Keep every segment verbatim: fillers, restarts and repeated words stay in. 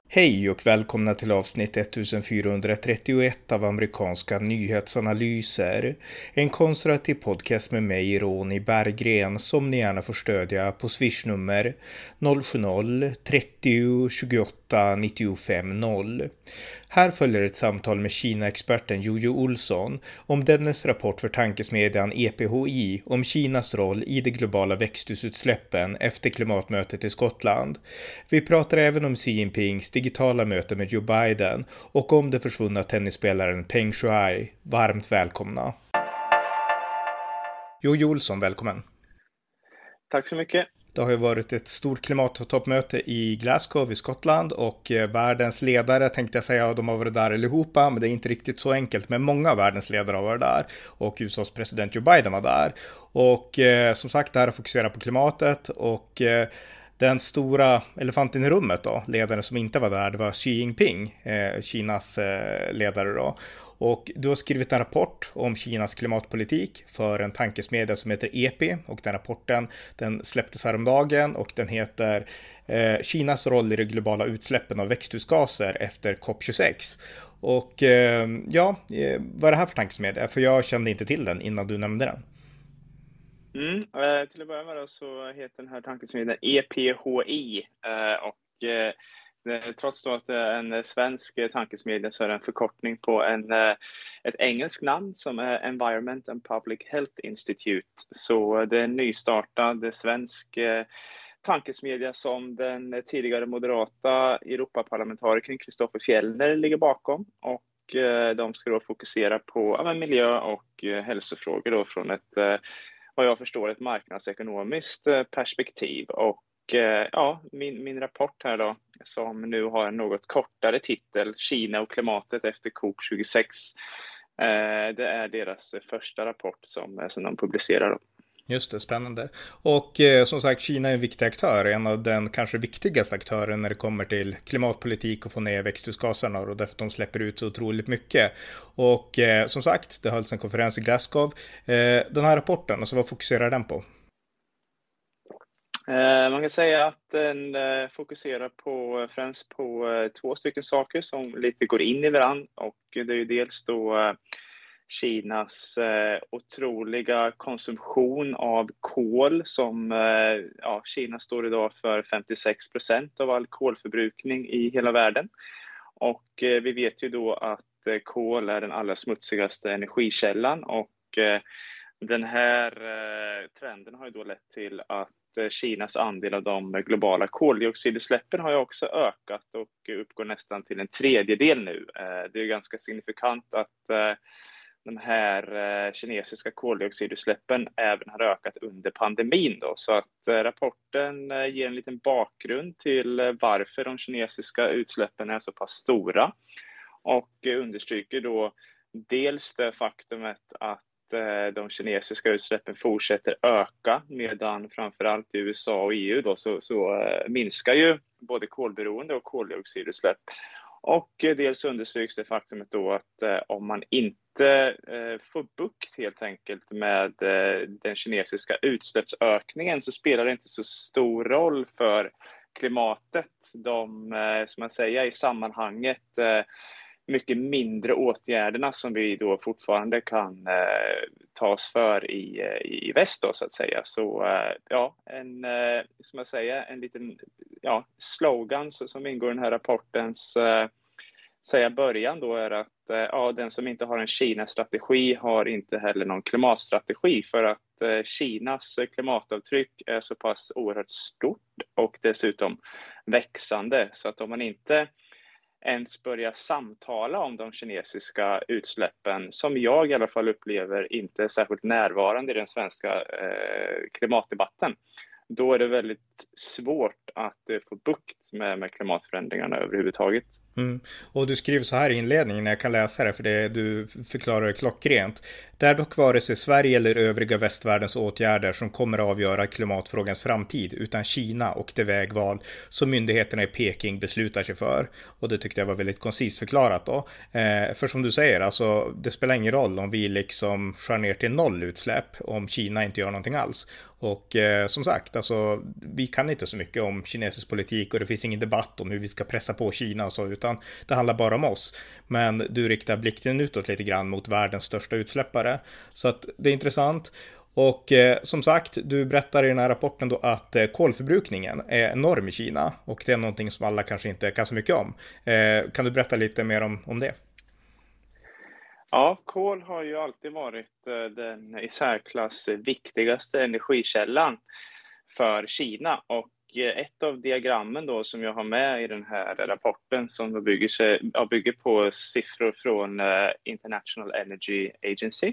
Hej och välkomna till avsnitt fjortonhundratrettioett av amerikanska nyhetsanalyser. En konservativ podcast med mig, Ronny Berggren, som ni gärna får stödja på swishnummer noll sju noll trettio tjugoåtta nittiofem noll. Här följer ett samtal med Kina-experten Jojo Olsson om dennes rapport för tankesmedjan E P H I om Kinas roll i de globala växthusutsläppen efter klimatmötet i Skottland. Vi pratar även om Xi Jinpings digitala möte med Joe Biden och om den försvunna tennisspelaren Peng Shuai. Varmt välkomna. Jojo Olsson, välkommen. Tack så mycket. Det har ju varit ett stort klimattoppmöte i Glasgow i Skottland och världens ledare, tänkte jag säga, de har varit där allihopa, men det är inte riktigt så enkelt. Men många av världens ledare har varit där och U S A:s president Joe Biden var där. Och eh, som sagt, det här fokuserar på klimatet och eh, den stora elefanten i rummet då, ledaren som inte var där, det var Xi Jinping, eh, Kinas eh, ledare då. Och du har skrivit en rapport om Kinas klimatpolitik för en tankesmedja som heter E P, och den rapporten den släpptes häromdagen och den heter eh, Kinas roll i de globala utsläppen av växthusgaser efter COP tjugosex. Och eh, ja, eh, vad är det här för tankesmedja? För jag kände inte till den innan du nämnde den. Mm, eh, till att börja med då, så heter den här tankesmedjan E P H I eh, och eh, det, trots då att det är en svensk tankesmedja så är det en förkortning på en, eh, ett engelskt namn som är Environment and Public Health Institute. Så det är en nystartad svensk eh, tankesmedja som den tidigare moderata Europaparlamentarikern Christopher Fjellner ligger bakom, och de ska då fokusera på ja, miljö och eh, hälsofrågor då från ett eh, vad jag förstår ett marknadsekonomiskt perspektiv. Och ja, min, min rapport här då, som nu har en något kortare titel, Kina och klimatet efter COP tjugosex, det är deras första rapport som, som de publicerar då. Just det, spännande. Och eh, som sagt, Kina är en viktig aktör, en av den kanske viktigaste aktören när det kommer till klimatpolitik och få ner växthusgaserna, och därför de släpper ut så otroligt mycket. Och eh, som sagt, det hölls en konferens i Glasgow. Eh, den här rapporten, alltså vad fokuserar den på? Eh, man kan säga att den eh, fokuserar på, främst på eh, två stycken saker som lite går in i varandra, och det är ju dels då eh, Kinas eh, otroliga konsumtion av kol som eh, ja, Kina står idag för femtiosex procent av all kolförbrukning i hela världen. Och eh, vi vet ju då att eh, kol är den allra smutsigaste energikällan, och eh, den här eh, trenden har ju då lett till att eh, Kinas andel av de globala koldioxidutsläppen har ju också ökat och uppgår nästan till en tredjedel nu. Eh, det är ganska signifikant att eh, de här eh, kinesiska koldioxidutsläppen även har ökat under pandemin då. Så att eh, rapporten eh, ger en liten bakgrund till eh, varför de kinesiska utsläppen är så pass stora, och eh, understryker då dels det faktumet att eh, de kinesiska utsläppen fortsätter öka, medan framförallt i U S A och E U då så, så eh, minskar ju både kolberoende och koldioxidutsläpp. Och eh, dels understryks det faktumet då att eh, om man inte eh, får bukt helt enkelt med eh, den kinesiska utsläppsökningen, så spelar det inte så stor roll för klimatet. De, eh, som man säger i sammanhanget, eh, mycket mindre åtgärderna som vi då fortfarande kan eh, ta oss för i, i väst då, så att säga. Så eh, ja, en, eh, som jag säger, en liten ja, slogan som ingår i den här rapportens eh, säga början då är att eh, ja, den som inte har en Kina-strategi har inte heller någon klimatstrategi, för att eh, Kinas klimatavtryck är så pass oerhört stort och dessutom växande, så att om man inte ens börja samtala om de kinesiska utsläppen, som jag i alla fall upplever inte är särskilt närvarande i den svenska eh, klimatdebatten, då är det väldigt svårt att eh, få bukt med, med klimatförändringarna överhuvudtaget. Mm. Och du skriver så här i inledningen, jag kan läsa det för det du förklarar det klockrent. Det är dock vare sig Sverige eller övriga västvärldens åtgärder som kommer att avgöra klimatfrågans framtid, utan Kina och det vägval som myndigheterna i Peking beslutar sig för. Och det tyckte jag var väldigt koncist förklarat då. Eh, för som du säger, alltså, det spelar ingen roll om vi liksom skär ner till noll utsläpp om Kina inte gör någonting alls. Och eh, som sagt, alltså, vi kan inte så mycket om kinesisk politik och det finns ingen debatt om hur vi ska pressa på Kina och så, utan det handlar bara om oss. Men du riktar blicken utåt lite grann mot världens största utsläppare. Så att det är intressant. Och eh, som sagt, du berättar i den här rapporten då att eh, kolförbrukningen är enorm i Kina. Och det är någonting som alla kanske inte kan så mycket om. Eh, kan du berätta lite mer om, om det? Ja, kol har ju alltid varit den i särklass viktigaste energikällan för Kina. Och ett av diagrammen då som jag har med i den här rapporten som bygger, sig, ja, bygger på siffror från International Energy Agency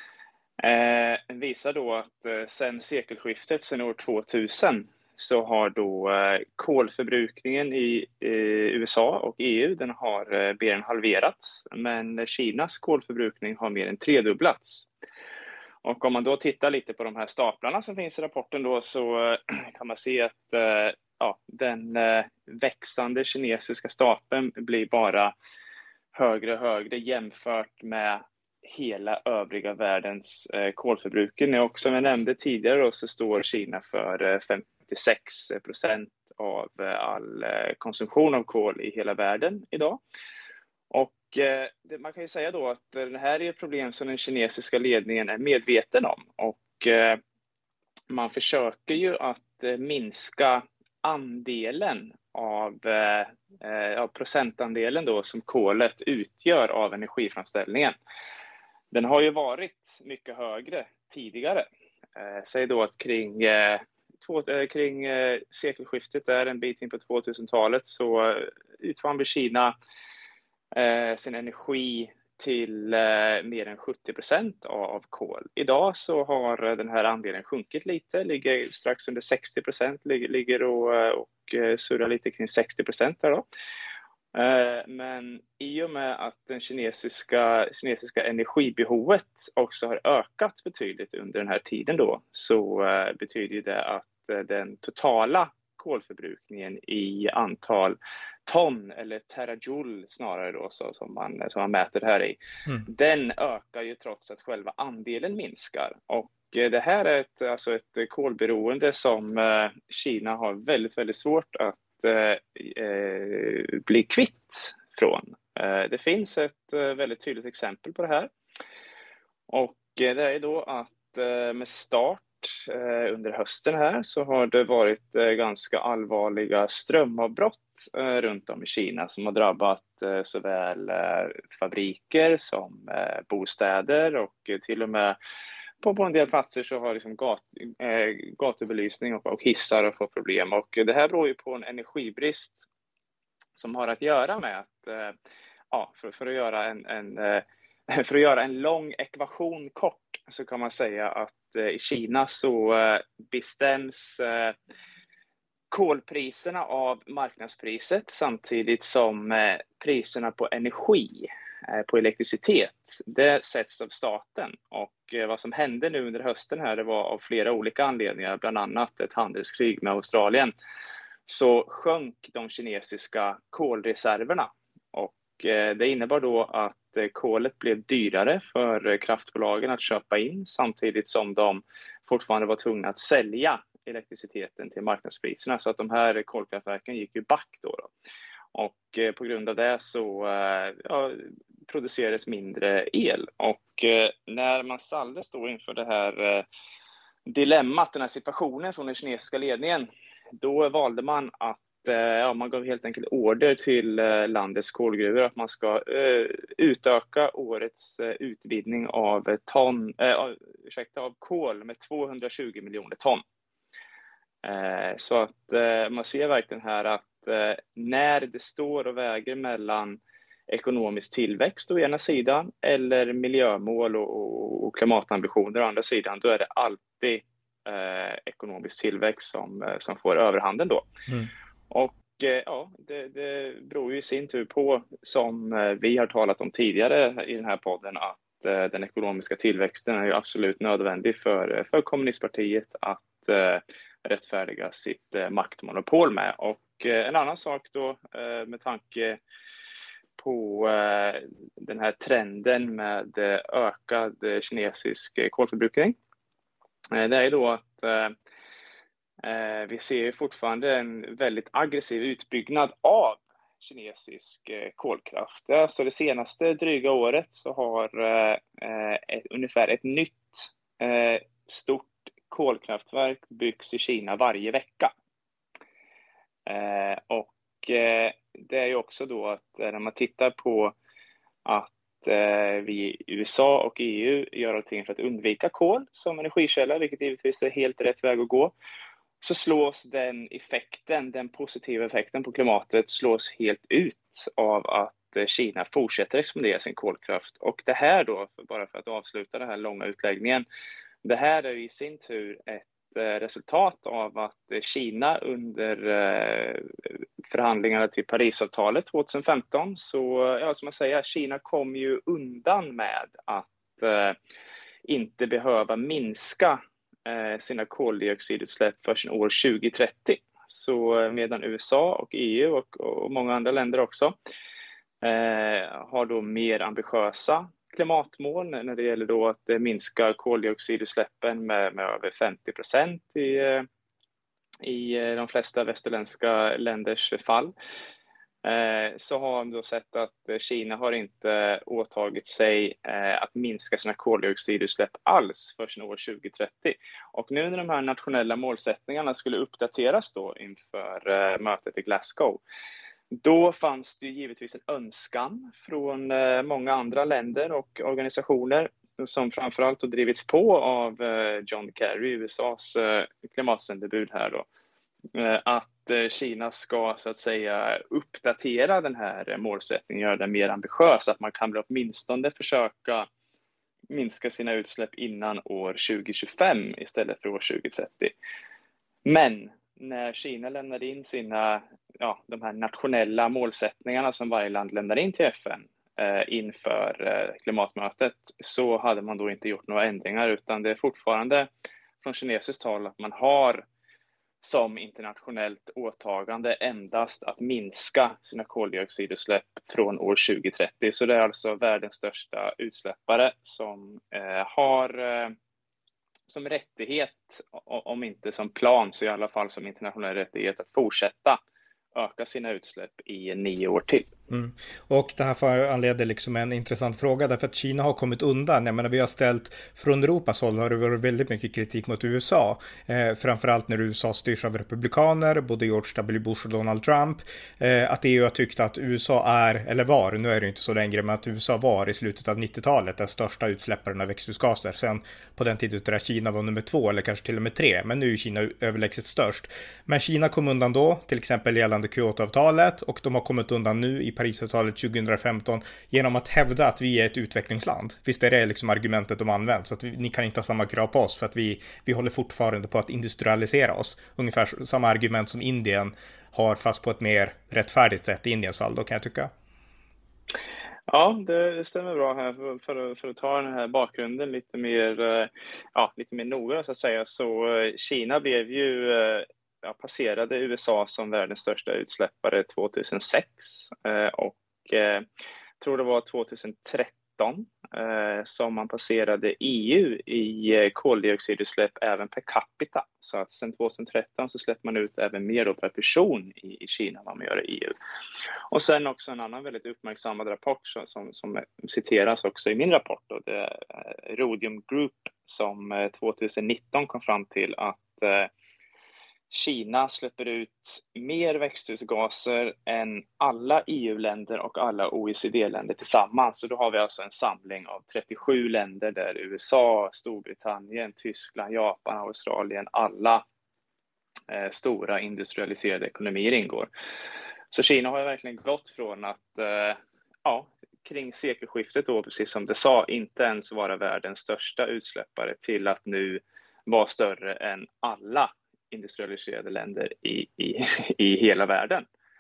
eh, visar då att sedan sekelskiftet, sedan år tvåtusen, så har då eh, kolförbrukningen i eh, U S A och E U, den har eh, mer än halverats, men Kinas kolförbrukning har mer än tredubblats. Och om man då tittar lite på de här staplarna som finns i rapporten då, så eh, kan man se att eh, ja, den eh, växande kinesiska stapeln blir bara högre och högre jämfört med hela övriga världens eh, kolförbrukning. Och som jag nämnde tidigare då, så står Kina för eh, femtiosex procent av eh, all eh, konsumtion av kol i hela världen idag. Och eh, det, man kan ju säga då att det här är ett problem som den kinesiska ledningen är medveten om. Och eh, man försöker ju att eh, minska andelen av eh, procentandelen då som kolet utgör av energiframställningen. Den har ju varit mycket högre tidigare. Eh, säg då att kring, eh, två, eh, kring eh, sekelskiftet, där en bit in på tvåtusentalet, så utvann Kina eh, sin energi till eh, mer än sjuttio procent av kol. Idag så har den här andelen sjunkit lite, ligger strax under sextio procent, ligger, ligger och, och surrar lite kring sextio procent där då. Men i och med att det kinesiska, kinesiska energibehovet också har ökat betydligt under den här tiden då, så betyder det att den totala kolförbrukningen i antal ton eller terajoule snarare då, så, som, man, som man mäter här i, mm. den ökar ju trots att själva andelen minskar. Och det här är ett, alltså ett kolberoende som Kina har väldigt, väldigt svårt att Eh, bli kvitt från. Eh, det finns ett eh, väldigt tydligt exempel på det här. Och eh, det är då att eh, med start eh, under hösten här så har det varit eh, ganska allvarliga strömavbrott eh, runt om i Kina som har drabbat eh, såväl eh, fabriker som eh, bostäder och eh, till och med På, på en del platser så har liksom gat, äh, gatubelysning och, och hissar och får problem. Och det här beror ju på en energibrist som har att göra med att, äh, ja, för, för, att göra en, en, äh, för att göra en lång ekvation kort, så kan man säga att äh, i Kina så äh, bestäms äh, kolpriserna av marknadspriset samtidigt som äh, priserna på energi, på elektricitet, det sätts av staten. Och vad som hände nu under hösten här, det var av flera olika anledningar, bland annat ett handelskrig med Australien, så sjönk de kinesiska kolreserverna. Och det innebar då att kolet blev dyrare för kraftbolagen att köpa in, samtidigt som de fortfarande var tvungna att sälja elektriciteten till marknadspriserna, så att de här kolkraftverken gick ju back då. då. Och på grund av det så ja, producerades mindre el. Och när man alldeles stod inför det här dilemmat, den här situationen från den kinesiska ledningen, då valde man att ja, man gav helt enkelt order till landets kolgruvor att man ska utöka årets utvinning av, ton, äh, ursäkta, av kol med tvåhundratjugo miljoner ton. Så att man ser verkligen här att när det står och väger mellan ekonomisk tillväxt å ena sidan eller miljömål och, och, och klimatambitioner å andra sidan, då är det alltid eh, ekonomisk tillväxt som, som får överhanden då. Mm. Och ja, det, det beror ju i sin tur på, som vi har talat om tidigare i den här podden, att den ekonomiska tillväxten är ju absolut nödvändig för, för kommunistpartiet att eh, rättfärdiga sitt eh, maktmonopol med. Och eh, en annan sak då, eh, med tanke på eh, den här trenden med eh, ökad eh, kinesisk eh, kolförbrukning, eh, det är ju då att eh, vi ser fortfarande en väldigt aggressiv utbyggnad av kinesisk eh, kolkraft. Så alltså det senaste dryga året så har eh, ett, ungefär ett nytt eh, stort kolkraftverk byggs i Kina varje vecka. Eh, och eh, det är ju också då att eh, när man tittar på att eh, vi i U S A och E U gör allting för att undvika kol som energikälla, vilket givetvis är helt rätt väg att gå, så slås den effekten, den positiva effekten på klimatet slås helt ut av att Kina fortsätter expandera sin kolkraft. Och det här då, för bara för att avsluta den här långa utläggningen, det här är i sin tur ett resultat av att Kina under förhandlingarna till Parisavtalet tjugohundrafemton, så ja, som man säger, Kina kom ju undan med att eh, inte behöva minska sina koldioxidutsläpp förrän år tjugo trettio. Så medan U S A och E U och, och många andra länder också eh, har då mer ambitiösa klimatmål när det gäller då att minska koldioxidutsläppen med, med över femtio procent i, i de flesta västerländska länders fall. Så har man då sett att Kina har inte åtagit sig att minska sina koldioxidutsläpp alls för år tjugo trettio. Och nu när de här nationella målsättningarna skulle uppdateras då inför mötet i Glasgow, då fanns det givetvis en önskan från många andra länder och organisationer som framförallt har drivits på av John Kerry, U S A:s klimatsändebud här då, att Kina ska så att säga uppdatera den här målsättningen, göra den mer ambitiös, att man kan väl åtminstone försöka minska sina utsläpp innan år tjugo tjugofem istället för år tjugo trettio. Men när Kina lämnade in sina, ja, de här nationella målsättningarna som varje land lämnar in till F N eh, inför eh, klimatmötet, så hade man då inte gjort några ändringar, utan det är fortfarande från kinesiskt håll att man har som internationellt åtagande endast att minska sina koldioxidutsläpp från år tjugo trettio. Så det är alltså världens största utsläppare som eh, har eh, som rättighet, om inte som plan så i alla fall som internationell rättighet, att fortsätta öka sina utsläpp i nio år till. Mm. Och det här föranleder liksom en intressant fråga, därför att Kina har kommit undan. Jag menar, vi har ställt, från Europas håll har det varit väldigt mycket kritik mot U S A. Eh, framförallt när U S A styrs av republikaner, både George W. Bush och Donald Trump. Eh, att E U har tyckt att U S A är, eller var, nu är det inte så längre, men att U S A var i slutet av nittiotalet den största utsläpparen av växthusgaser. Sen på den tiden där Kina var nummer två eller kanske till och med tre, men nu är Kina överlägset störst. Men Kina kom undan då, till exempel gällande Kyoto-avtalet, och de har kommit undan nu i Parisavtalet tjugohundrafemton genom att hävda att vi är ett utvecklingsland. Visst är det liksom argumentet de använder, så att vi, ni kan inte ha samma krav på oss för att vi, vi håller fortfarande på att industrialisera oss. Ungefär samma argument som Indien har, fast på ett mer rättfärdigt sätt i Indiens fall då, kan jag tycka. Ja, det stämmer bra här. För, för, för att ta den här bakgrunden lite mer, ja, lite mer noga så att säga, så Kina blev ju ja, passerade U S A som världens största utsläppare tjugohundrasex och jag tror det var tjugotretton som man passerade E U i koldioxidutsläpp även per capita. Så att sedan tjugotretton så släpper man ut även mer då per person i, i Kina än vad man gör i E U. Och sen också en annan väldigt uppmärksammad rapport som, som, som citeras också i min rapport då, det är Rhodium Group som tjugonitton kom fram till att Kina släpper ut mer växthusgaser än alla E U-länder och alla O E C D-länder tillsammans. Så då har vi alltså en samling av trettiosju länder där U S A, Storbritannien, Tyskland, Japan, Australien, alla eh, stora industrialiserade ekonomier ingår. Så Kina har ju verkligen gått från att eh, ja, kring sekelskiftet då, precis som det sa, inte ens vara världens största utsläppare till att nu vara större än alla industrialiserade länder i, i, i hela världen.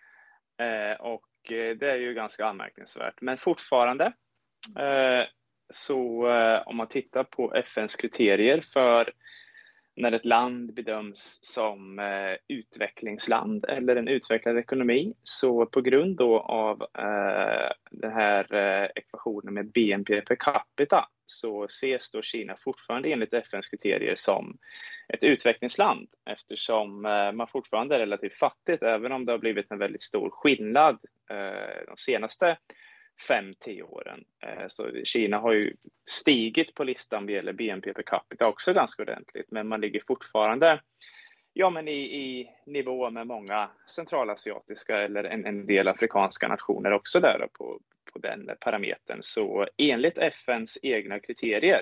Eh, och det är ju ganska anmärkningsvärt. Men fortfarande, eh, så eh, om man tittar på F N:s kriterier för när ett land bedöms som eh, utvecklingsland eller en utvecklad ekonomi, så på grund då av eh, den här eh, ekvationen med B N P per capita, så ses då Kina fortfarande enligt F N:s kriterier som ett utvecklingsland, eftersom eh, man fortfarande är relativt fattigt, även om det har blivit en väldigt stor skillnad eh, de senaste fem, tio åren. Så Kina har ju stigit på listan vad gäller B N P per capita också ganska ordentligt, men man ligger fortfarande ja, men i, i nivå med många centralasiatiska eller en, en del afrikanska nationer också där på, på den parametern. Så enligt F N:s egna kriterier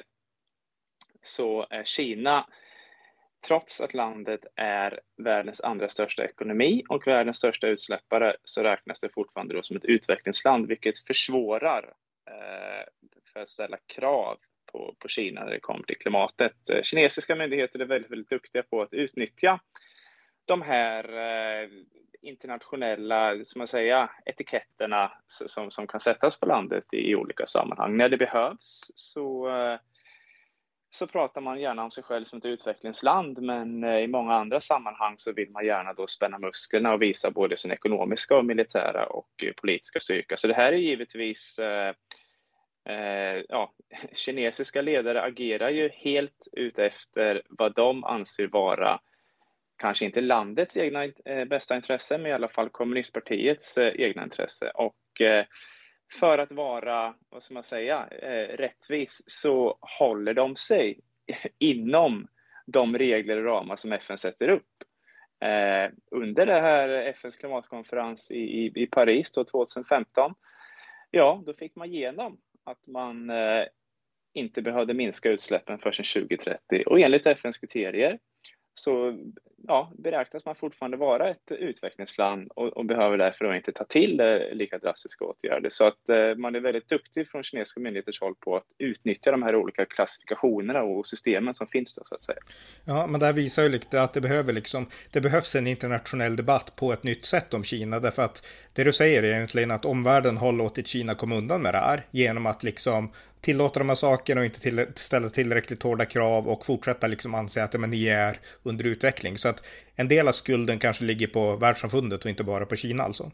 så är Kina, trots att landet är världens andra största ekonomi och världens största utsläppare, så räknas det fortfarande då som ett utvecklingsland, vilket försvårar eh, för att ställa krav på, på Kina när det kommer till klimatet. Kinesiska myndigheter är väldigt, väldigt duktiga på att utnyttja de här eh, internationella, som man säger, etiketterna som, som kan sättas på landet i, i olika sammanhang. När det behövs så eh, så pratar man gärna om sig själv som ett utvecklingsland, men i många andra sammanhang så vill man gärna då spänna musklerna och visa både sin ekonomiska och militära och politiska styrka. Så det här är givetvis, eh, eh, ja, kinesiska ledare agerar ju helt utefter vad de anser vara kanske inte landets egna eh, bästa intresse, men i alla fall kommunistpartiets eh, egna intresse. Och eh, för att vara, vad ska man säga, eh, rättvis, så håller de sig inom de regler och ramar som F N sätter upp. Eh, under det här F N:s klimatkonferens i, i, i Paris då, tjugohundrafemton, ja, då fick man igenom att man eh, inte behövde minska utsläppen förrän tjugohundratrettio. Och enligt F N:s kriterier så ja, beräknas man fortfarande vara ett utvecklingsland och, och behöver därför då inte ta till eh, lika drastiska åtgärder. Så att eh, man är väldigt duktig från kinesiska myndigheters håll på att utnyttja de här olika klassifikationerna och systemen som finns då, så att säga. Ja, men det här visar ju lite att det behöver liksom, det behövs en internationell debatt på ett nytt sätt om Kina, därför att det du säger är egentligen att omvärlden har låtit Kina komma undan med det här genom att liksom tillåta de här sakerna och inte till, ställa tillräckligt hårda krav och fortsätta liksom anse att men, ni är under utveckling. Så att en del av skulden kanske ligger på världssamfundet och inte bara på Kina alltså.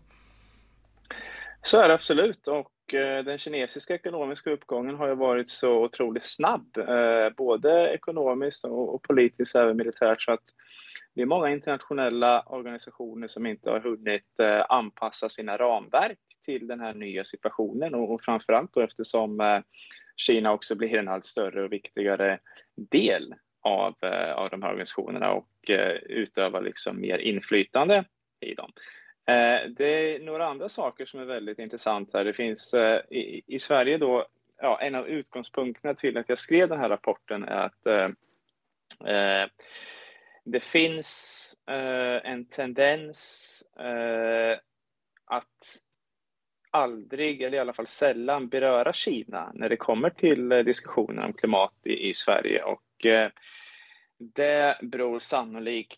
Så är det absolut, och eh, den kinesiska ekonomiska uppgången har ju varit så otroligt snabb, eh, både ekonomiskt och, och politiskt, även militärt, så att det är många internationella organisationer som inte har hunnit eh, anpassa sina ramverk till den här nya situationen, och, och framförallt då eftersom eh, Kina också blir en allt större och viktigare del av, eh, av de här organisationerna och eh, utövar liksom mer inflytande i dem. Eh, det är några andra saker som är väldigt intressant här. Det finns eh, i, i Sverige då, ja, en av utgångspunkterna till att jag skrev den här rapporten är att eh, eh, det finns eh, en tendens eh, att aldrig, eller i alla fall sällan, beröra Kina när det kommer till diskussioner om klimat i, i Sverige. Och eh, det beror sannolikt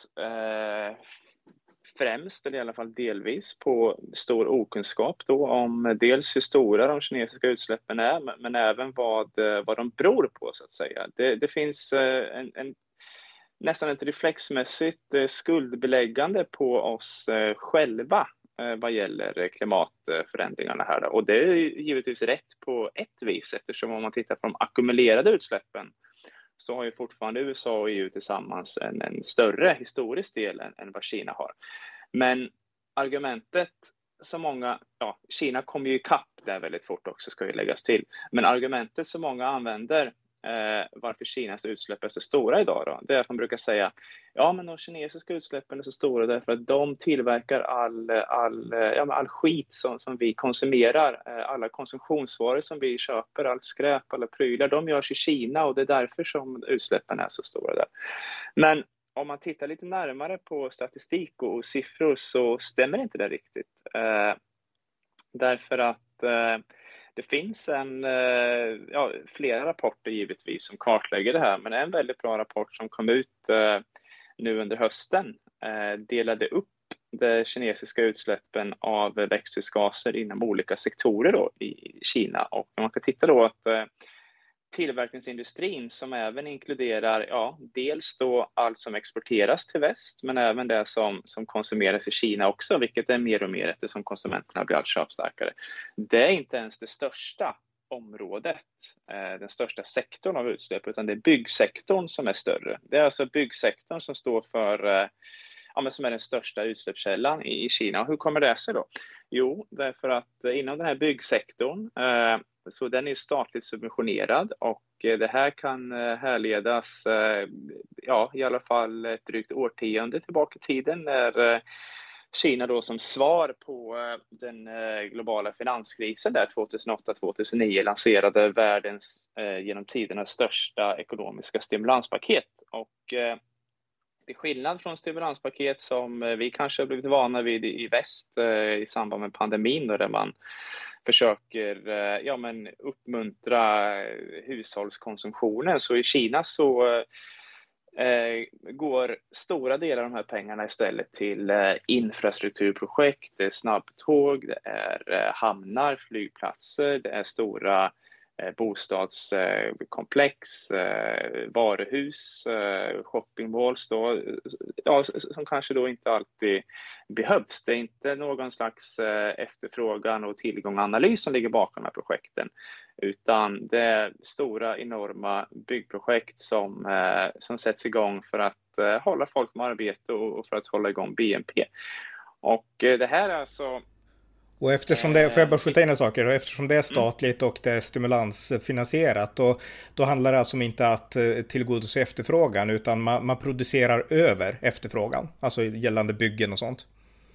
eh, främst, eller i alla fall delvis, på stor okunskap då om dels hur stora de kinesiska utsläppen är, men, men även vad, vad de beror på, så att säga. Det, det finns eh, en, en nästan ett reflexmässigt eh, skuldbeläggande på oss eh, själva vad gäller klimatförändringarna här då. Och det är givetvis rätt på ett vis, eftersom om man tittar på de ackumulerade utsläppen så har ju fortfarande U S A och E U tillsammans en, en större historisk del än, än vad Kina har. Men argumentet som många, ja, Kina kommer ju ikapp där väldigt fort också, ska ju läggas till. Men argumentet som många använder Eh, varför Kinas utsläpp är så stora idag då, det är att man brukar säga ja, men de kinesiska utsläppen är så stora därför att de tillverkar all, all, ja, all skit som, som vi konsumerar, eh, alla konsumtionsvaror som vi köper, allt skräp, alla prylar, de görs i Kina och det är därför som utsläppen är så stora där. Men om man tittar lite närmare på statistik och siffror så stämmer inte det riktigt. Eh, därför att eh, det finns en, ja, flera rapporter givetvis som kartlägger det här, men en väldigt bra rapport som kom ut eh, nu under hösten eh, delade upp de kinesiska utsläppen av växthusgaser inom olika sektorer då i Kina. Och man kan titta då att eh, tillverkningsindustrin som även inkluderar ja, dels då allt som exporteras till väst men även det som, som konsumeras i Kina också, vilket är mer och mer eftersom konsumenterna blir allt köpstarkare. Det är inte ens det största området, eh, den största sektorn av utsläpp, utan det är byggsektorn som är större. Det är alltså byggsektorn som står för eh, ja, men som är den största utsläppskällan i, i Kina. Och hur kommer det sig då? Jo, därför att eh, inom den här byggsektorn eh, så den är statligt subventionerad och det här kan härledas ja, i alla fall ett drygt årtionde tillbaka i tiden när Kina då som svar på den globala finanskrisen där tjugohundraåtta tjugohundranio lanserade världens genom tiderna största ekonomiska stimulanspaket. Och till skillnad från stimulanspaket som vi kanske har blivit vana vid i väst i samband med pandemin då där man försöker ja, men uppmuntra hushållskonsumtionen, så i Kina så eh, går stora delar av de här pengarna istället till eh, infrastrukturprojekt, det är snabbtåg, det är eh, hamnar, flygplatser, det är stora eh, bostadskomplex, eh, varuhus, eh, shoppingmalls då, ja, som kanske då inte alltid behövs. Det är inte någon slags eh, efterfrågan och tillgånganalys som ligger bakom de här projekten, utan det är stora enorma byggprojekt som, eh, som sätts igång för att eh, hålla folk med arbete och, och för att hålla igång B N P. Och eh, det här är alltså Och eftersom det, får jag bara skjuta in en sak, och eftersom det är statligt och det är stimulansfinansierat, då, då handlar det alltså om inte att tillgodose efterfrågan, utan man, man producerar över efterfrågan, alltså gällande byggen och sånt.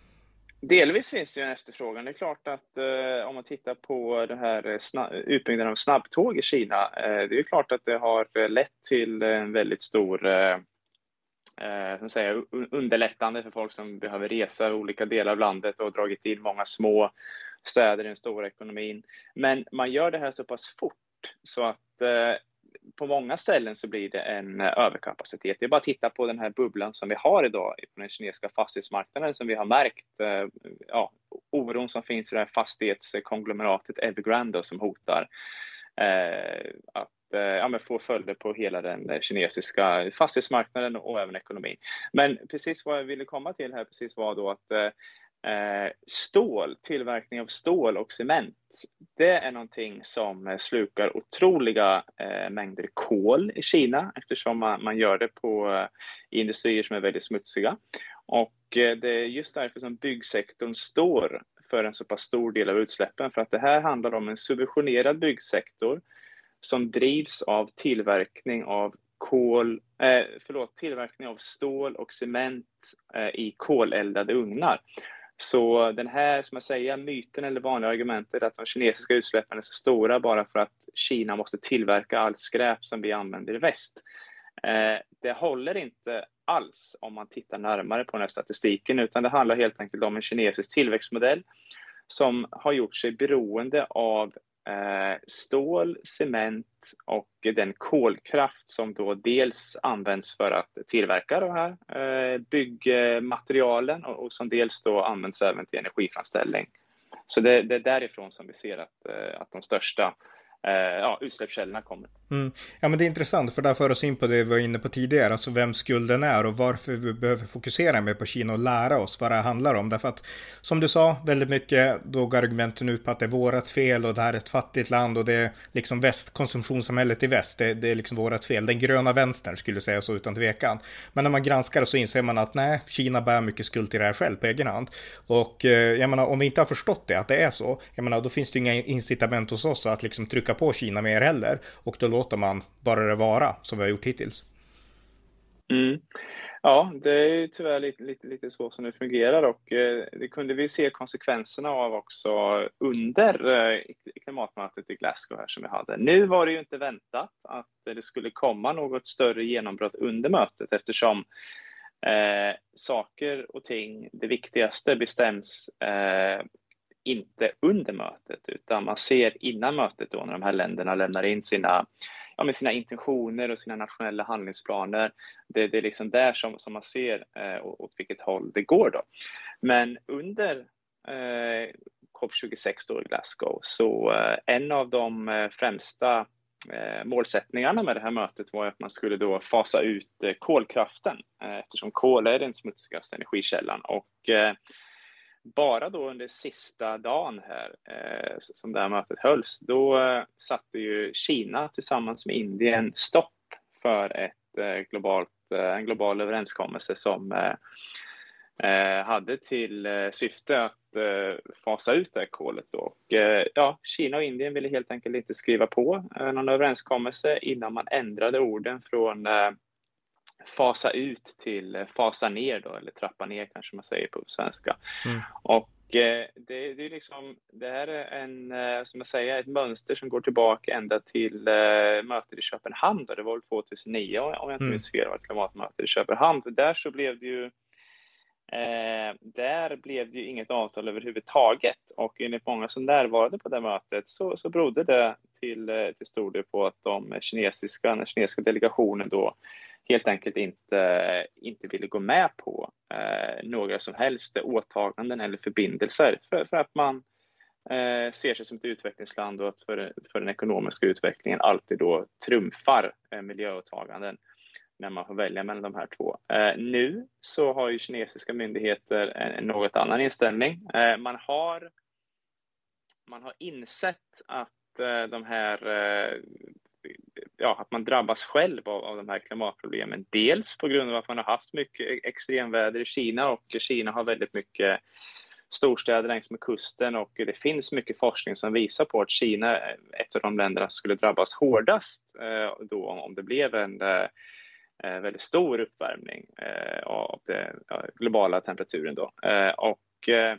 Delvis finns det ju en efterfrågan. Det är klart att eh, om man tittar på det här sna- utbyggnaden av snabbtåg i Kina, eh, det är ju klart att det har lett till en väldigt stor eh, Eh, som säger, underlättande för folk som behöver resa i olika delar av landet och dragit in många små städer i den stora ekonomin. Men man gör det här så pass fort så att eh, på många ställen så blir det en eh, överkapacitet. Det är bara att titta på den här bubblan som vi har idag på den kinesiska fastighetsmarknaden som vi har märkt, eh, ja, oron som finns i det här fastighetskonglomeratet Evergrande som hotar eh, att ja, men får följder på hela den kinesiska fastighetsmarknaden och även ekonomin. Men precis vad jag ville komma till här precis var då att eh, stål, tillverkning av stål och cement, det är någonting som slukar otroliga eh, mängder kol i Kina eftersom man, man gör det på eh, industrier som är väldigt smutsiga. Och eh, det är just därför som byggsektorn står för en så pass stor del av utsläppen, för att det här handlar om en subventionerad byggsektor som drivs av tillverkning av kol, eh, förlåt, tillverkning av stål och cement eh, i koleldade ugnar. Så den här, som jag säger, myten eller vanliga argumentet att de kinesiska utsläppen är så stora bara för att Kina måste tillverka allt skräp som vi använder i väst. Eh, det håller inte alls om man tittar närmare på den här statistiken, utan det handlar helt enkelt om en kinesisk tillväxtmodell som har gjort sig beroende av Eh, stål, cement och den kolkraft som då dels används för att tillverka de här eh, byggmaterialen och, och som dels då används även till energiframställning. Så det, det är därifrån som vi ser att, eh, att de största eh, ja, utsläppskällorna kommer. Mm. Ja, men det är intressant, för där för oss in på det vi var inne på tidigare, alltså vem skulden är och varför vi behöver fokusera mer på Kina och lära oss vad det handlar om. Därför att, som du sa, väldigt mycket då går argumenten ut på att det är vårat fel och det här är ett fattigt land och det är liksom väst, konsumtionssamhället i väst, det, det är liksom vårat fel. Den gröna vänstern skulle säga så utan tvekan. Men när man granskar så inser man att nej, Kina bär mycket skuld till det här själv på egen hand. Och jag menar, om vi inte har förstått det, att det är så, jag menar, då finns det inga incitament hos oss att liksom trycka på Kina mer heller, och då låter man bara det vara som vi har gjort hittills. Mm. Ja, det är ju tyvärr lite, lite, lite så som det fungerar, och eh, det kunde vi se konsekvenserna av också under eh, klimatmötet i Glasgow här som vi hade. Nu var det ju inte väntat att det skulle komma något större genombrott under mötet, eftersom eh, saker och ting, det viktigaste bestäms eh, inte under mötet, utan man ser innan mötet då när de här länderna lämnar in sina ja, med sina intentioner och sina nationella handlingsplaner. Det, det är liksom där som, som man ser eh, åt vilket håll det går då. Men under eh, C O P tjugosex då i Glasgow, så eh, en av de eh, främsta eh, målsättningarna med det här mötet var att man skulle då fasa ut eh, kolkraften, eh, eftersom kol är den smutsigaste energikällan. Och eh, bara då under sista dagen här eh, som det här mötet hölls, då eh, satte ju Kina tillsammans med Indien stopp för ett eh, globalt, eh, en global överenskommelse som eh, eh, hade till eh, syfte att eh, fasa ut det här kolet då. Och, eh, ja, Kina och Indien ville helt enkelt inte skriva på eh, någon överenskommelse innan man ändrade orden från eh, fasa ut till fasa ner då, eller trappa ner kanske man säger på svenska. Mm. Och eh, det, det är liksom, det här är en, eh, som jag säger, ett mönster som går tillbaka ända till eh, mötet i Köpenhamn då, det var väl tjugohundranio om jag inte minns fel, var ett klimatmöte i Köpenhamn. För där så blev det ju eh, där blev det ju inget avtal överhuvudtaget, och enligt många som närvarade på det mötet så, så berodde det till, till stor del på att de kinesiska, den kinesiska delegationen då helt enkelt inte, inte ville gå med på eh, några som helst åtaganden eller förbindelser för, för att man eh, ser sig som ett utvecklingsland och att för, för den ekonomiska utvecklingen alltid då trumfar eh, miljöåtaganden när man får välja mellan de här två. Eh, nu så har ju kinesiska myndigheter en, en något annan inställning. Eh, man, har, man har insett att eh, de här eh, ja, att man drabbas själv av, av de här klimatproblemen. Dels på grund av att man har haft mycket extremväder i Kina, och Kina har väldigt mycket storstäder längs med kusten, och det finns mycket forskning som visar på att Kina är ett av de länderna som skulle drabbas hårdast eh, då om det blev en eh, väldigt stor uppvärmning eh, av den ja, globala temperaturen då. Eh, och eh,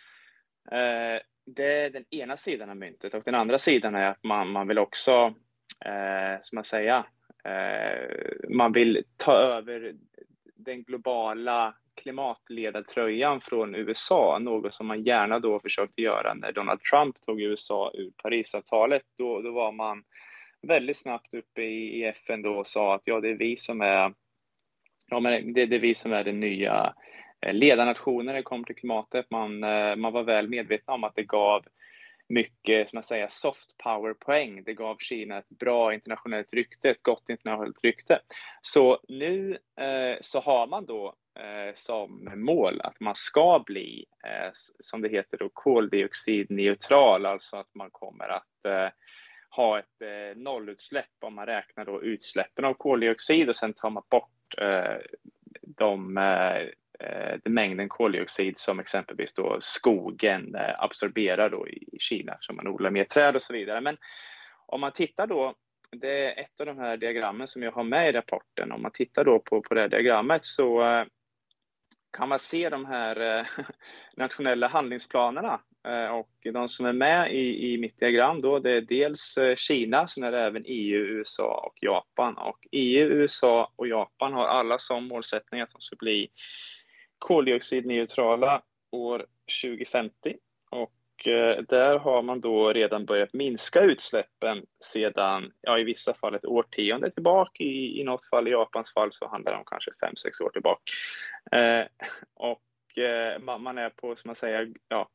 det är den ena sidan av myntet, och den andra sidan är att man, man vill också Eh, som man säger, eh, man vill ta över den globala klimatledartröjan från U S A, något som man gärna då försökte göra när Donald Trump tog U S A ur Parisavtalet. Då, då var man väldigt snabbt uppe i, i F N då och sa att ja, det är vi som är, ja, men det, det är vi som är den nya ledarnationen när det kommer till klimatet. Man, man var väl medveten om att det gav mycket, som man säger, soft power-poäng. Det gav Kina ett bra internationellt rykte, ett gott internationellt rykte. Så nu eh, så har man då eh, som mål att man ska bli, eh, som det heter då, koldioxidneutral, alltså att man kommer att eh, ha ett eh, nollutsläpp om man räknar då utsläppen av koldioxid, och sen tar man bort eh, de eh, den mängden koldioxid som exempelvis då skogen absorberar då i Kina, som man odlar mer träd och så vidare. Men om man tittar då, det är ett av de här diagrammen som jag har med i rapporten, om man tittar då på, på det här diagrammet så kan man se de här nationella handlingsplanerna, och de som är med i, i mitt diagram då, det är dels Kina, sen är det även E U, U S A och Japan. Och E U, U S A och Japan har alla som målsättning att de ska bli koldioxidneutrala år tjugo femtio, och eh, där har man då redan börjat minska utsläppen sedan, ja, i vissa fall ett årtionde tillbaka, i, i något fall, i Japans fall så handlar det om kanske fem sex år tillbaka. Eh, och eh, man, man är på, som man säger, ja,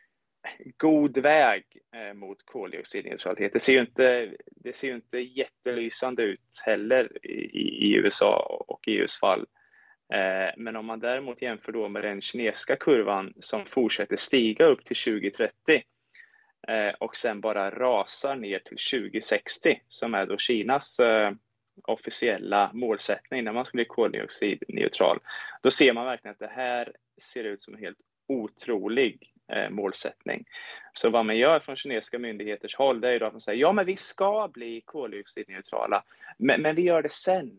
god väg eh, mot koldioxidneutralitet. Det ser ju inte, det ser ju inte jättelysande ut heller i, i U S A och E U:s fall. Men om man däremot jämför då med den kinesiska kurvan som fortsätter stiga upp till tjugo trettio och sen bara rasar ner till tjugo sextio, som är då Kinas officiella målsättning när man ska bli koldioxidneutral, då ser man verkligen att det här ser ut som en helt otrolig målsättning. Så vad man gör från kinesiska myndigheters håll, det är ju då att man säger ja, men vi ska bli koldioxidneutrala, men, men vi gör det sen.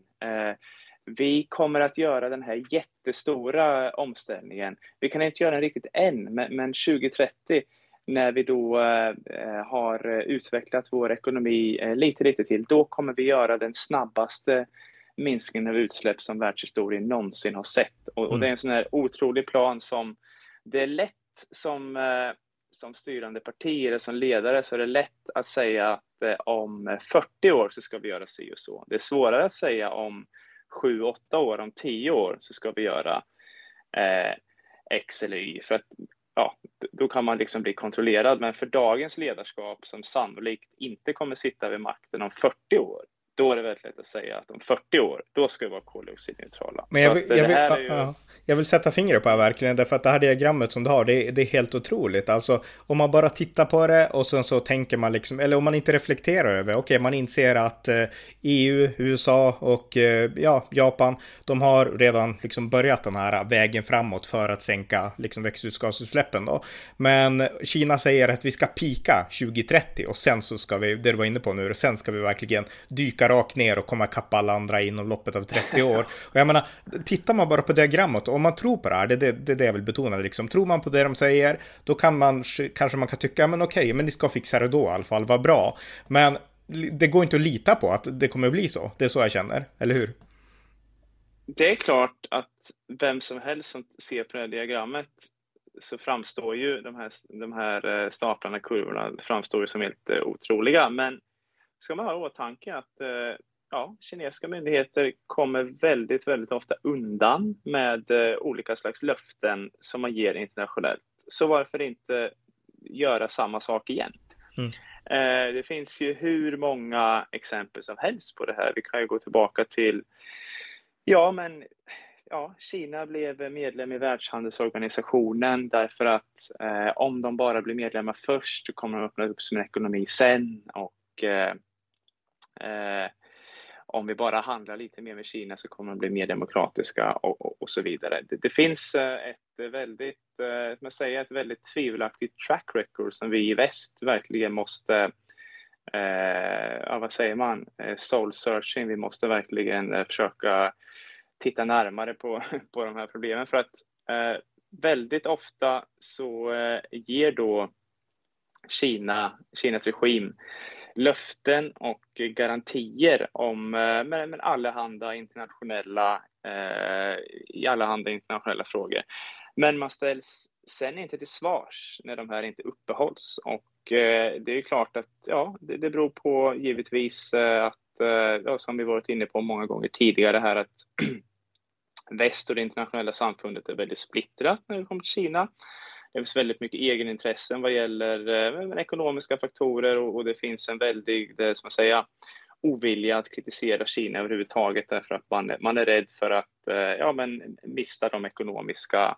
Vi kommer att göra den här jättestora omställningen. Vi kan inte göra den riktigt än, men, men tjugo trettio, när vi då eh, har utvecklat vår ekonomi eh, lite, lite till, då kommer vi göra den snabbaste minskningen av utsläpp som världshistorien någonsin har sett. Och, och det är en sån här otrolig plan som det är lätt som, eh, som styrande parti eller som ledare så är det lätt att säga att eh, om fyrtio år så ska vi göra si och så. Det är svårare att säga om sju, åtta år, om tio år så ska vi göra eh, X eller Y. För att ja, då kan man liksom bli kontrollerad. Men för dagens ledarskap som sannolikt inte kommer sitta vid makten om fyrtio år, då är det väldigt lätt att säga att om fyrtio år, då ska vi vara koldioxidneutrala. Men jag vill, Så att, jag, vill, det här är ju... ja, jag vill sätta fingret på det här verkligen, därför att det här diagrammet som du har, det är, det är helt otroligt. Alltså om man bara tittar på det och sen så tänker man liksom, eller om man inte reflekterar över, okej, okay, man inser att eh, E U, U S A och eh, ja, Japan, de har redan liksom börjat den här vägen framåt för att sänka liksom växthusgasutsläppen då. Men Kina säger att vi ska pika tjugo trettio och sen så ska vi, det du var inne på nu, sen ska vi verkligen dyka rakt ner och komma kappa alla andra inom loppet av trettio år. Och jag menar, tittar man bara på diagrammet, om man tror på det här, det är det, det, det jag vill betona liksom. Tror man på det de säger, då kan man, kanske man kan tycka, men okej, men ni ska fixa det då i alla fall, vad bra. Men det går inte att lita på att det kommer bli så. Det är så jag känner, eller hur? Det är klart att vem som helst som ser på det här diagrammet så framstår ju de här, de här staplarna, kurvorna, framstår ju som helt otroliga. Men ska man ha i åtanke att ja, kinesiska myndigheter kommer väldigt, väldigt ofta undan med olika slags löften som man ger internationellt. Så varför inte göra samma sak igen? Mm. Det finns ju hur många exempel som helst på det här. Vi kan ju gå tillbaka till, ja men, ja, Kina blev medlem i Världshandelsorganisationen därför att eh, om de bara blir medlemmar först så kommer de öppna upp sin ekonomi sen. Och eh, eh, om vi bara handlar lite mer med Kina så kommer de bli mer demokratiska och, och, och så vidare. Det, det finns ett väldigt, eh, man säger ett väldigt tvivelaktigt track record som vi i väst verkligen måste, eh, ja, vad säger man, soul searching. Vi måste verkligen eh, försöka titta närmare på, på de här problemen, för att eh, väldigt ofta så eh, ger då Kina, Kinas regim löften och garantier om eh, men, men allehanda internationella eh, i allehanda internationella frågor. Men man ställs sen inte till svars när de här inte uppehålls, och eh, det är klart att ja, det, det beror på givetvis eh, att eh, ja, som vi varit inne på många gånger tidigare här, att väst och det internationella samfundet är väldigt splittrat när det kommer till Kina. Det finns väldigt mycket egenintressen vad gäller eh, ekonomiska faktorer, och, och det finns en väldig, det, som man säger, ovilja att kritisera Kina överhuvudtaget, därför att man, man är rädd för att eh, ja, men, mista de ekonomiska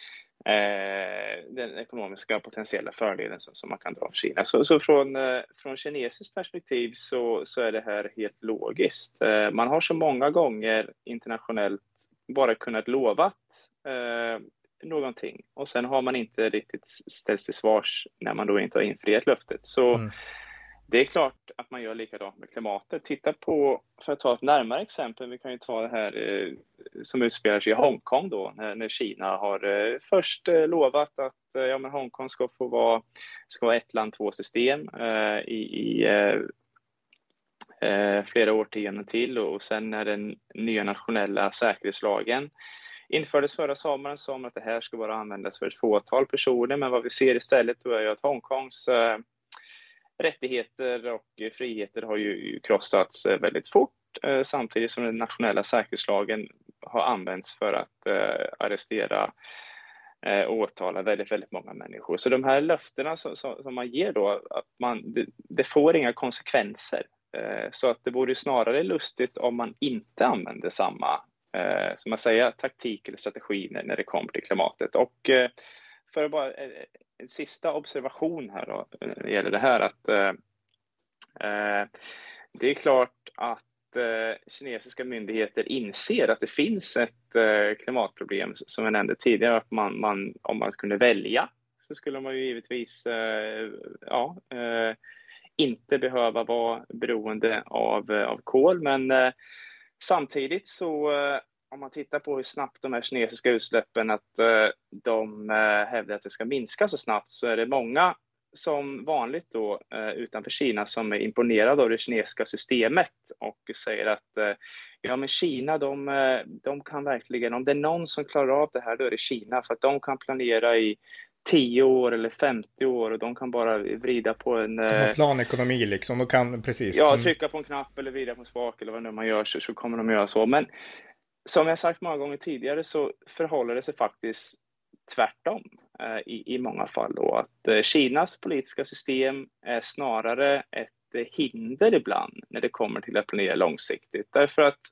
eh, den ekonomiska potentiella fördelen som, som man kan dra av Kina. Så, så från, eh, från kinesiskt perspektiv så, så är det här helt logiskt. Eh, man har så många gånger internationellt bara kunnat lovat eh, någonting, och sen har man inte riktigt ställts till svars när man då inte har infriat löftet. Så mm. det är klart att man gör likadant med klimatet. Titta på, för att ta ett närmare exempel, vi kan ju ta det här eh, som utspelar sig i Hongkong då, när, när Kina har eh, först eh, lovat att eh, ja, men Hongkong ska få vara, ska vara ett land, två system eh, i, i eh, eh, flera årtionden till, och sen när den nya nationella säkerhetslagen infördes förra sommaren som att det här ska bara användas för ett fåtal personer, men vad vi ser istället då är ju att Hongkongs eh, rättigheter och friheter har ju krossats eh, väldigt fort, eh, samtidigt som den nationella säkerhetslagen har använts för att eh, arrestera eh, och åtala väldigt, väldigt många människor. Så de här löftena som, som man ger då, att man, det, det får inga konsekvenser. Eh, så att det vore snarare lustigt om man inte använder samma Eh, som man säger, taktik eller strategi när, när det kommer till klimatet. Och eh, för bara eh, en sista observation här då, när det gäller det här, att eh, eh, det är klart att eh, kinesiska myndigheter inser att det finns ett eh, klimatproblem som jag nämnde tidigare, att man, man, om man skulle välja så skulle man ju givetvis eh, ja, eh, inte behöva vara beroende av, av kol, men eh, samtidigt så om man tittar på hur snabbt de här kinesiska utsläppen att de hävdar att det ska minska så snabbt, så är det många som vanligt då utanför Kina som är imponerade av det kinesiska systemet och säger att ja, men Kina, de, de kan verkligen, om det är någon som klarar av det här, då är det Kina, för att de kan planera i tio år eller femtio år och de kan bara vrida på en... De har planekonomi liksom, de kan precis. Ja, Mm. trycka på en knapp eller vrida på en spak eller vad nu man gör, så, så kommer de göra så. Men som jag sagt många gånger tidigare så förhåller det sig faktiskt tvärtom eh, i, i många fall då. Att eh, Kinas politiska system är snarare ett eh, hinder ibland när det kommer till att planera långsiktigt. Därför att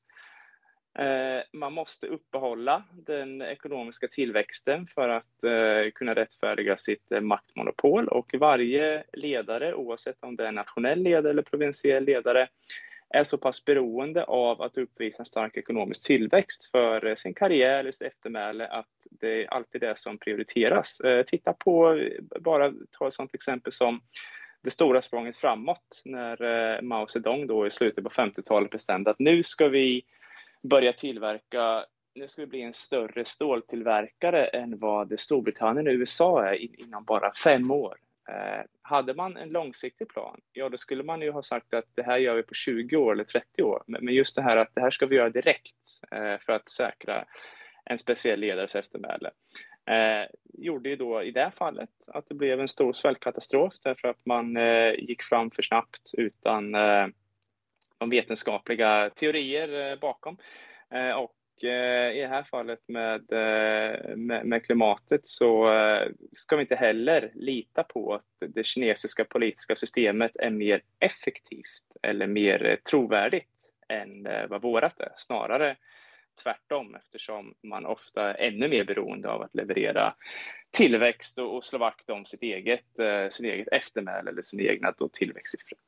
eh, man måste uppehålla den ekonomiska tillväxten för att eh, kunna rättfärdiga sitt eh, maktmonopol. Och varje ledare, oavsett om det är nationell ledare eller provinsiell ledare, är så pass beroende av att uppvisa en stark ekonomisk tillväxt för sin karriär eller sitt eftermäle att det är alltid det som prioriteras. Titta på, bara ta ett sådant exempel som det stora språnget framåt när Mao Zedong då i slutet på femtiotalet bestämde att nu ska vi börja tillverka, nu ska vi bli en större ståltillverkare än vad Storbritannien och U S A är inom bara fem år. Eh, hade man en långsiktig plan, ja då skulle man ju ha sagt att det här gör vi på tjugo år eller trettio år. Men, men just det här att det här ska vi göra direkt eh, för att säkra en speciell ledares eftermäle. Eh, gjorde ju då i det här fallet att det blev en stor svältkatastrof därför att man eh, gick fram för snabbt utan eh, de vetenskapliga teorier eh, bakom. Eh, och i det här fallet med, med, med klimatet så ska vi inte heller lita på att det kinesiska politiska systemet är mer effektivt eller mer trovärdigt än vad vårat är. Snarare tvärtom, eftersom man ofta är ännu mer beroende av att leverera tillväxt och, och slå vakt om sitt eget, sin eget eftermäle eller sin egna då tillväxtsiffror.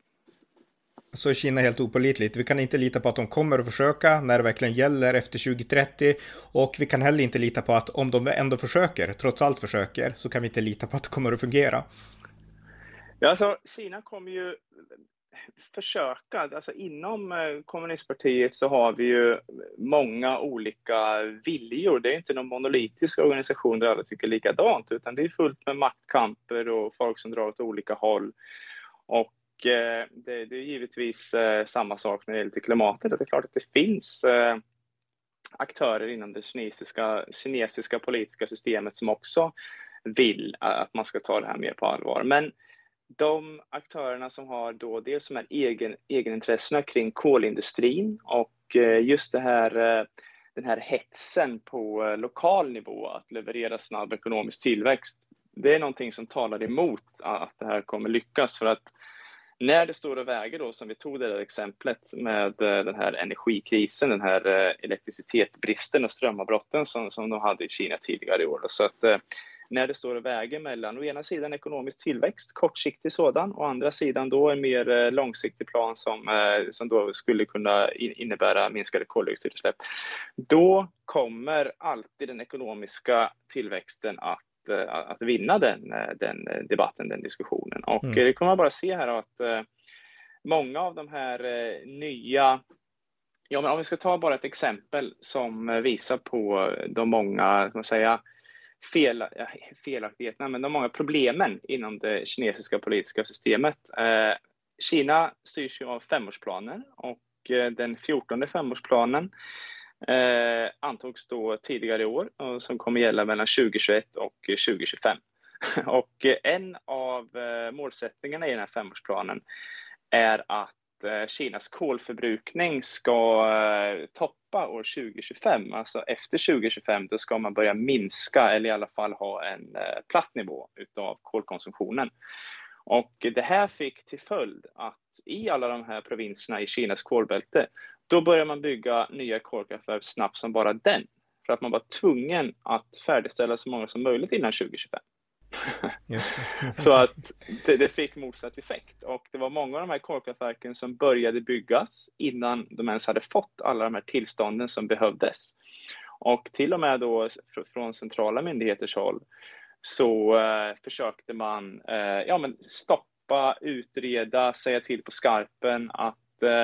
Så är Kina helt opålitligt. Vi kan inte lita på att de kommer att försöka när det verkligen gäller efter tjugo trettio. Och vi kan heller inte lita på att om de ändå försöker, trots allt försöker, så kan vi inte lita på att det kommer att fungera. Ja, alltså Kina kommer ju försöka. Alltså inom kommunistpartiet så har vi ju många olika viljor. Det är inte någon monolitisk organisation där alla tycker likadant, utan det är fullt med maktkamper och folk som drar åt olika håll. Och Det, det är givetvis eh, samma sak när det gäller klimatet. Det är klart att det finns eh, aktörer inom det kinesiska, kinesiska politiska systemet som också vill att man ska ta det här mer på allvar. Men de aktörerna som har då dels som är egen, egenintressena kring kolindustrin och eh, just det här, eh, den här hetsen på eh, lokal nivå att leverera snabb ekonomisk tillväxt. Det är någonting som talar emot att det här kommer lyckas, för att när det står och väger då, som vi tog det där exemplet med den här energikrisen, den här elektricitetsbristen och strömavbrotten som, som de hade i Kina tidigare i år. Så att när det står och väger mellan å ena sidan ekonomisk tillväxt, kortsiktig sådan, och å andra sidan då en mer långsiktig plan som, som då skulle kunna innebära minskade koldioxidutsläpp, då kommer alltid den ekonomiska tillväxten att att vinna den, den debatten, den diskussionen. Och mm. det kommer man bara se här att uh, många av de här uh, nya, ja men om vi ska ta bara ett exempel som visar på de många, man säga, fel, ja, felaktigheterna, men de många problemen inom det kinesiska politiska systemet. Uh, Kina styrs ju av femårsplaner och uh, den fjortonde femårsplanen Eh, antogs då tidigare i år och som kommer gälla mellan tjugo tjugoett och tjugo tjugofem. Och en av eh, målsättningarna i den här femårsplanen är att eh, Kinas kolförbrukning ska eh, toppa år tjugo tjugofem. Alltså efter tjugo tjugofem då ska man börja minska eller i alla fall ha en eh, platt nivå utav kolkonsumtionen. Och det här fick till följd att i alla de här provinserna i Kinas kolbälte, då börjar man bygga nya kolkraftverk snabbt som bara den. För att man var tvungen att färdigställa så många som möjligt innan tjugo tjugofem. Just det. Så att det, det fick motsatt effekt. Och det var många av de här kolkraftverken som började byggas innan de ens hade fått alla de här tillstånden som behövdes. Och till och med då från centrala myndigheters håll så eh, försökte man eh, ja, men stoppa, utreda, säga till på skarpen att eh,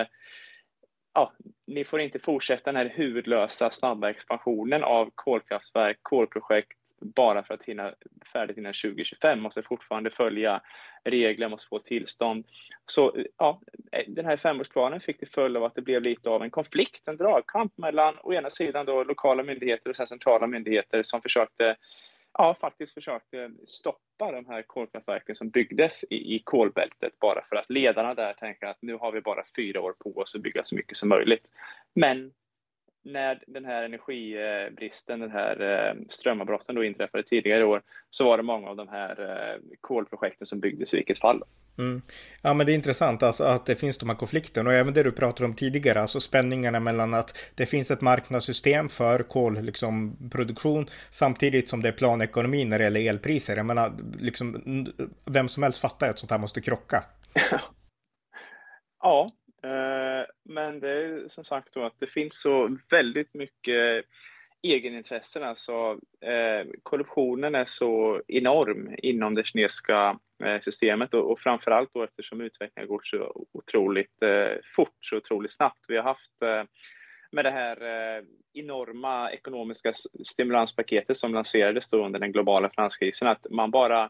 ja, ni får inte fortsätta den här huvudlösa snabba expansionen av kolkraftverk, kolprojekt bara för att hinna färdigt innan tjugo tjugofem. Måste fortfarande följa regler, måste få tillstånd. Så ja, den här femårsplanen fick till följd av att det blev lite av en konflikt, en dragkamp mellan å ena sidan då lokala myndigheter och sen centrala myndigheter som försökte ja, faktiskt försökte stoppa de här kolkraftverken som byggdes i, i kolbältet bara för att ledarna där tänker att nu har vi bara fyra år på oss att bygga så mycket som möjligt. Men när den här energibristen, den här strömavbrotten då inträffade tidigare i år, så var det många av de här kolprojekten som byggdes i vilket fall. Mm. Ja, men det är intressant alltså att det finns de här konflikterna, och även det du pratade om tidigare, alltså spänningarna mellan att det finns ett marknadssystem för kolproduktion liksom, produktion, samtidigt som det är planekonomi när det gäller elpriser. Jag menar, liksom, vem som helst fattar att sånt här måste krocka. Ja, eh, men det är som sagt då att det finns så väldigt mycket egenintressen, alltså eh, korruptionen är så enorm inom det kinesiska eh, systemet, och, och framförallt då eftersom utvecklingen går så otroligt eh, fort, så otroligt snabbt. Vi har haft eh, med det här eh, enorma ekonomiska stimulanspaketet som lanserades då under den globala finanskrisen, att man bara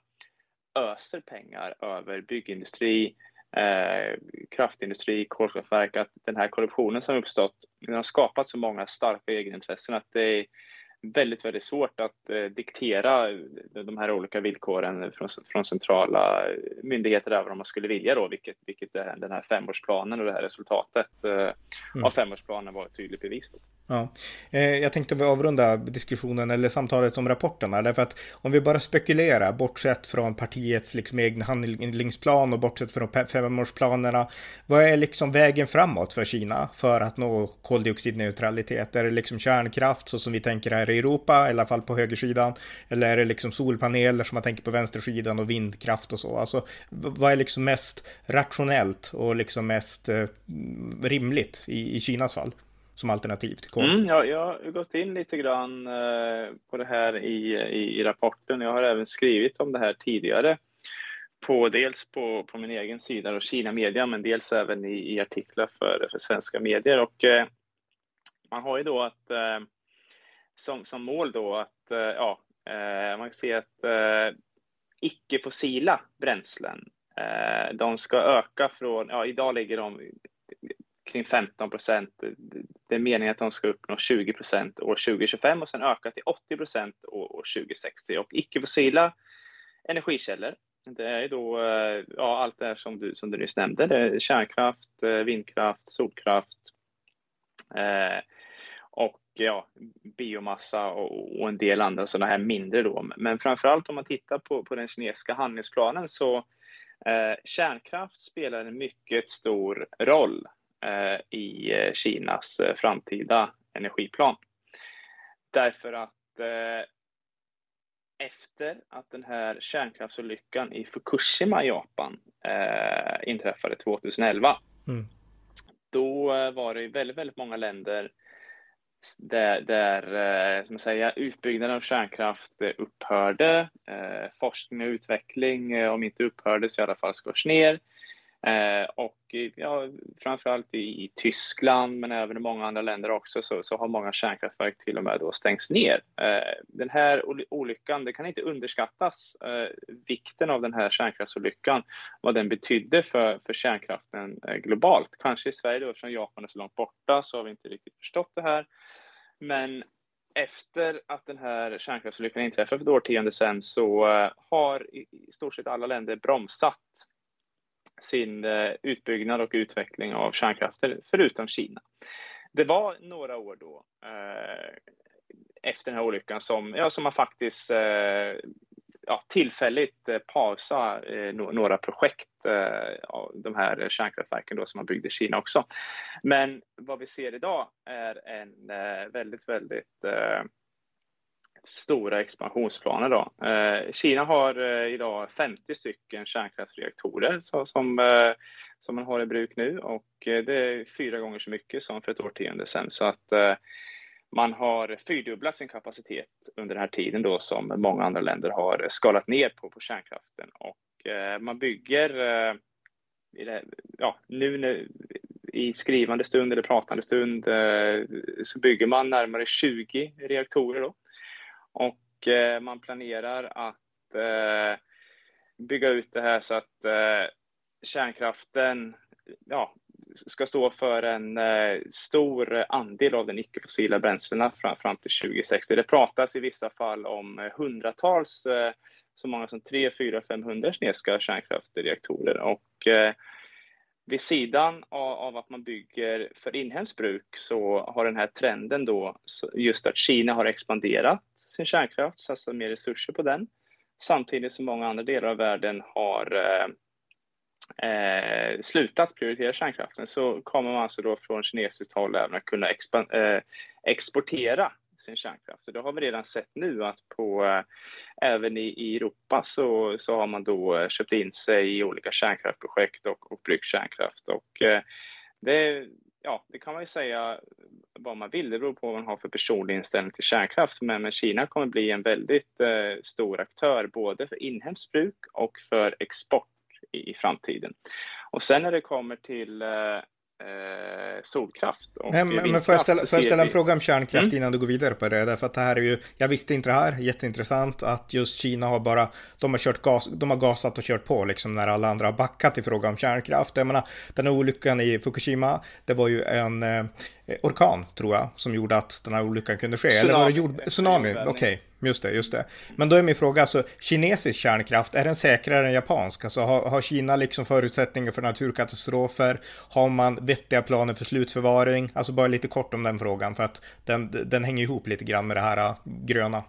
öser pengar över byggindustri, Eh, kraftindustri, kolkraftverk, att den här korruptionen som uppstått, den har skapat så många starka egenintressen att det är väldigt, väldigt svårt att eh, diktera de här olika villkoren från, från centrala myndigheter, även om man skulle vilja då, vilket, vilket är den här femårsplanen och det här resultatet eh, mm. av femårsplanen var ett tydligt bevis på. Ja. Jag tänkte vi avrunda diskussionen eller samtalet om rapporterna, därför att om vi bara spekulerar, bortsett från partiets liksom egen handlingsplan och bortsett från femårsplanerna, vad är liksom vägen framåt för Kina för att nå koldioxidneutralitet? Är det liksom kärnkraft så som vi tänker här i Europa, i alla fall på högersidan, eller är det liksom solpaneler som man tänker på vänstersidan och vindkraft och så? Alltså, vad är liksom mest rationellt och liksom mest eh, rimligt i, i Kinas fall som alternativ till kol? Mm, ja, jag har gått in lite grann eh, på det här i, i, i rapporten. Jag har även skrivit om det här tidigare, på, dels på, på min egen sida och Kina Media, men dels även i, i artiklar för, för svenska medier. Och eh, man har ju då att eh, som, som mål då att eh, ja, eh, man kan se att eh, icke-fossila bränslen, eh, de ska öka från, ja, idag ligger de kring femton procent. Det är meningen att de ska uppnå tjugo procent år tjugo tjugofem och sen öka till åttio procent år tjugo sextio. Och icke-fossila energikällor, det är då ja, allt det här som du, som du nyss nämnde. Det är kärnkraft, vindkraft, solkraft eh, och ja, biomassa och, och en del andra sådana här mindre då. Men framförallt om man tittar på, på den kinesiska handlingsplanen, så eh, kärnkraft spelar en mycket stor roll i Kinas framtida energiplan. Därför att eh, efter att den här kärnkraftsolyckan i Fukushima i Japan eh, inträffade tjugoelva, mm. då var det väldigt, väldigt många länder där, där eh, som jag säger, utbyggnaden av kärnkraft upphörde, eh, forskning och utveckling, eh, om inte upphörde så i alla fall skars ner. Eh, och ja, framförallt i, i Tyskland, men även i många andra länder också, så, så har många kärnkraftverk till och med då stängts ner. Eh, den här olyckan, det kan inte underskattas, eh, vikten av den här kärnkraftsolyckan, vad den betydde för, för kärnkraften eh, globalt. Kanske i Sverige då, eftersom Japan är så långt borta, så har vi inte riktigt förstått det här. Men efter att den här kärnkraftsolyckan inträffade för ett årtionde sedan, så eh, har i, i stort sett alla länder bromsat sin utbyggnad och utveckling av kärnkraften, förutom Kina. Det var några år då eh, efter den här olyckan som, ja, som man faktiskt eh, ja, tillfälligt eh, pausa eh, no- några projekt eh, av de här kärnkraftverken då som man byggde i Kina också. Men vad vi ser idag är en eh, väldigt, väldigt eh, stora expansionsplaner då. Eh, Kina har eh, idag femtio stycken kärnkraftsreaktorer så, som, eh, som man har i bruk nu, och eh, det är fyra gånger så mycket som för ett årtionde sedan. Så att eh, man har fyrdubblat sin kapacitet under den här tiden då, som många andra länder har skalat ner på, på kärnkraften. Och eh, man bygger eh, i det, ja, nu, nu i skrivande stund eller pratande stund eh, så bygger man närmare tjugo reaktorer då. Och eh, man planerar att eh, bygga ut det här så att eh, kärnkraften, ja, ska stå för en eh, stor andel av de icke-fossila bränslena fram, fram till tjugohundrasextio. Det pratas i vissa fall om hundratals, eh, så många som tre, fyra, femhundra kinesiska kärnkraftreaktorer. Och eh, vid sidan av, av att man bygger för inhemskt bruk så har den här trenden då just att Kina har expanderat sin kärnkraft, satsat mer resurser på den. Samtidigt som många andra delar av världen har eh, Eh, slutat prioritera kärnkraften, så kommer man alltså då från kinesiskt håll även att kunna expan- eh, exportera sin kärnkraft. Så då har vi redan sett nu att på, eh, även i, i Europa så, så har man då eh, köpt in sig i olika kärnkraftprojekt och, och bryggt kärnkraft. Och eh, det, ja, det kan man ju säga vad man vill, det beror på vad man har för personlig inställning till kärnkraft. Men, men Kina kommer bli en väldigt eh, stor aktör både för inhemskt bruk och för export i framtiden. Och sen när det kommer till eh, solkraft och men, vindkraft, men får jag ställa, får jag ställa en vi... fråga om kärnkraft mm. innan du går vidare på det? Därför att det här är ju, jag visste inte det här, jätteintressant att just Kina har bara, de har kört gas, de har gasat och kört på liksom när alla andra har backat i fråga om kärnkraft. Jag menar, den här olyckan i Fukushima, det var ju en eh, orkan tror jag som gjorde att den här olyckan kunde ske. Tsunami. Eller var det jord... Tsunami? Okej, okay. Just det, just det. Men då är min fråga, alltså kinesisk kärnkraft, är den säkrare än japansk? Alltså har, har Kina liksom förutsättningar för naturkatastrofer? Har man vettiga planer för slutförvaring? Alltså bara lite kort om den frågan, för att den, den hänger ihop lite grann med det här gröna.